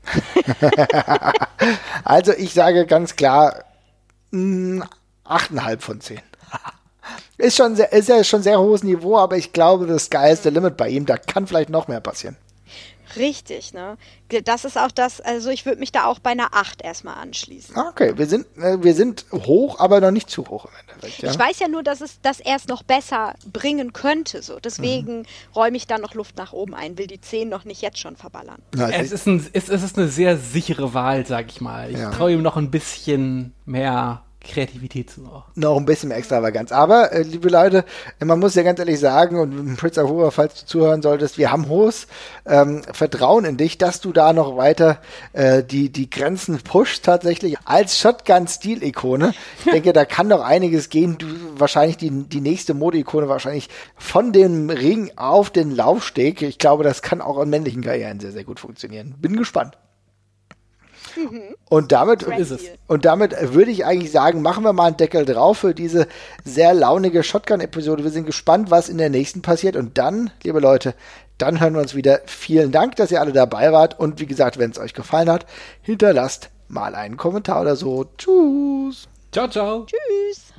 S1: Also ich sage ganz klar mh, acht Komma fünf von zehn. Ist schon sehr, ist ja schon sehr hohes Niveau, aber ich glaube, das Sky is the limit bei ihm. Da kann vielleicht noch mehr passieren.
S3: Richtig, ne? Das ist auch das, also ich würde mich da auch bei einer acht erstmal anschließen.
S1: Okay, wir sind, äh, wir sind hoch, aber noch nicht zu hoch im Endeffekt. Ja?
S3: Ich weiß ja nur, dass es, dass er es noch besser bringen könnte, so. Deswegen mhm. räume ich da noch Luft nach oben ein, will die zehn noch nicht jetzt schon verballern.
S2: Ja, es, ist ein, es, es ist eine sehr sichere Wahl, sag ich mal. Ich ja. traue ihm noch ein bisschen mehr Kreativität zu. Auch.
S1: Noch ein bisschen mehr Extravaganz. Aber, äh, liebe Leute, man muss ja ganz ehrlich sagen, und Prinz Ahura, falls du zuhören solltest, wir haben hohes ähm, Vertrauen in dich, dass du da noch weiter äh, die, die Grenzen pushst tatsächlich als Shotgun-Stil-Ikone. Ich denke, da kann noch einiges gehen. Du, wahrscheinlich die, die nächste Mode-Ikone wahrscheinlich von dem Ring auf den Laufsteg. Ich glaube, das kann auch in männlichen Karrieren sehr, sehr gut funktionieren. Bin gespannt. Mhm. Und damit ist es. Und damit würde ich eigentlich sagen, machen wir mal einen Deckel drauf für diese sehr launige Shotgun-Episode. Wir sind gespannt, was in der nächsten passiert. Und dann, liebe Leute, dann hören wir uns wieder. Vielen Dank, dass ihr alle dabei wart. Und wie gesagt, wenn es euch gefallen hat, hinterlasst mal einen Kommentar oder so. Tschüss.
S2: Ciao, ciao.
S3: Tschüss.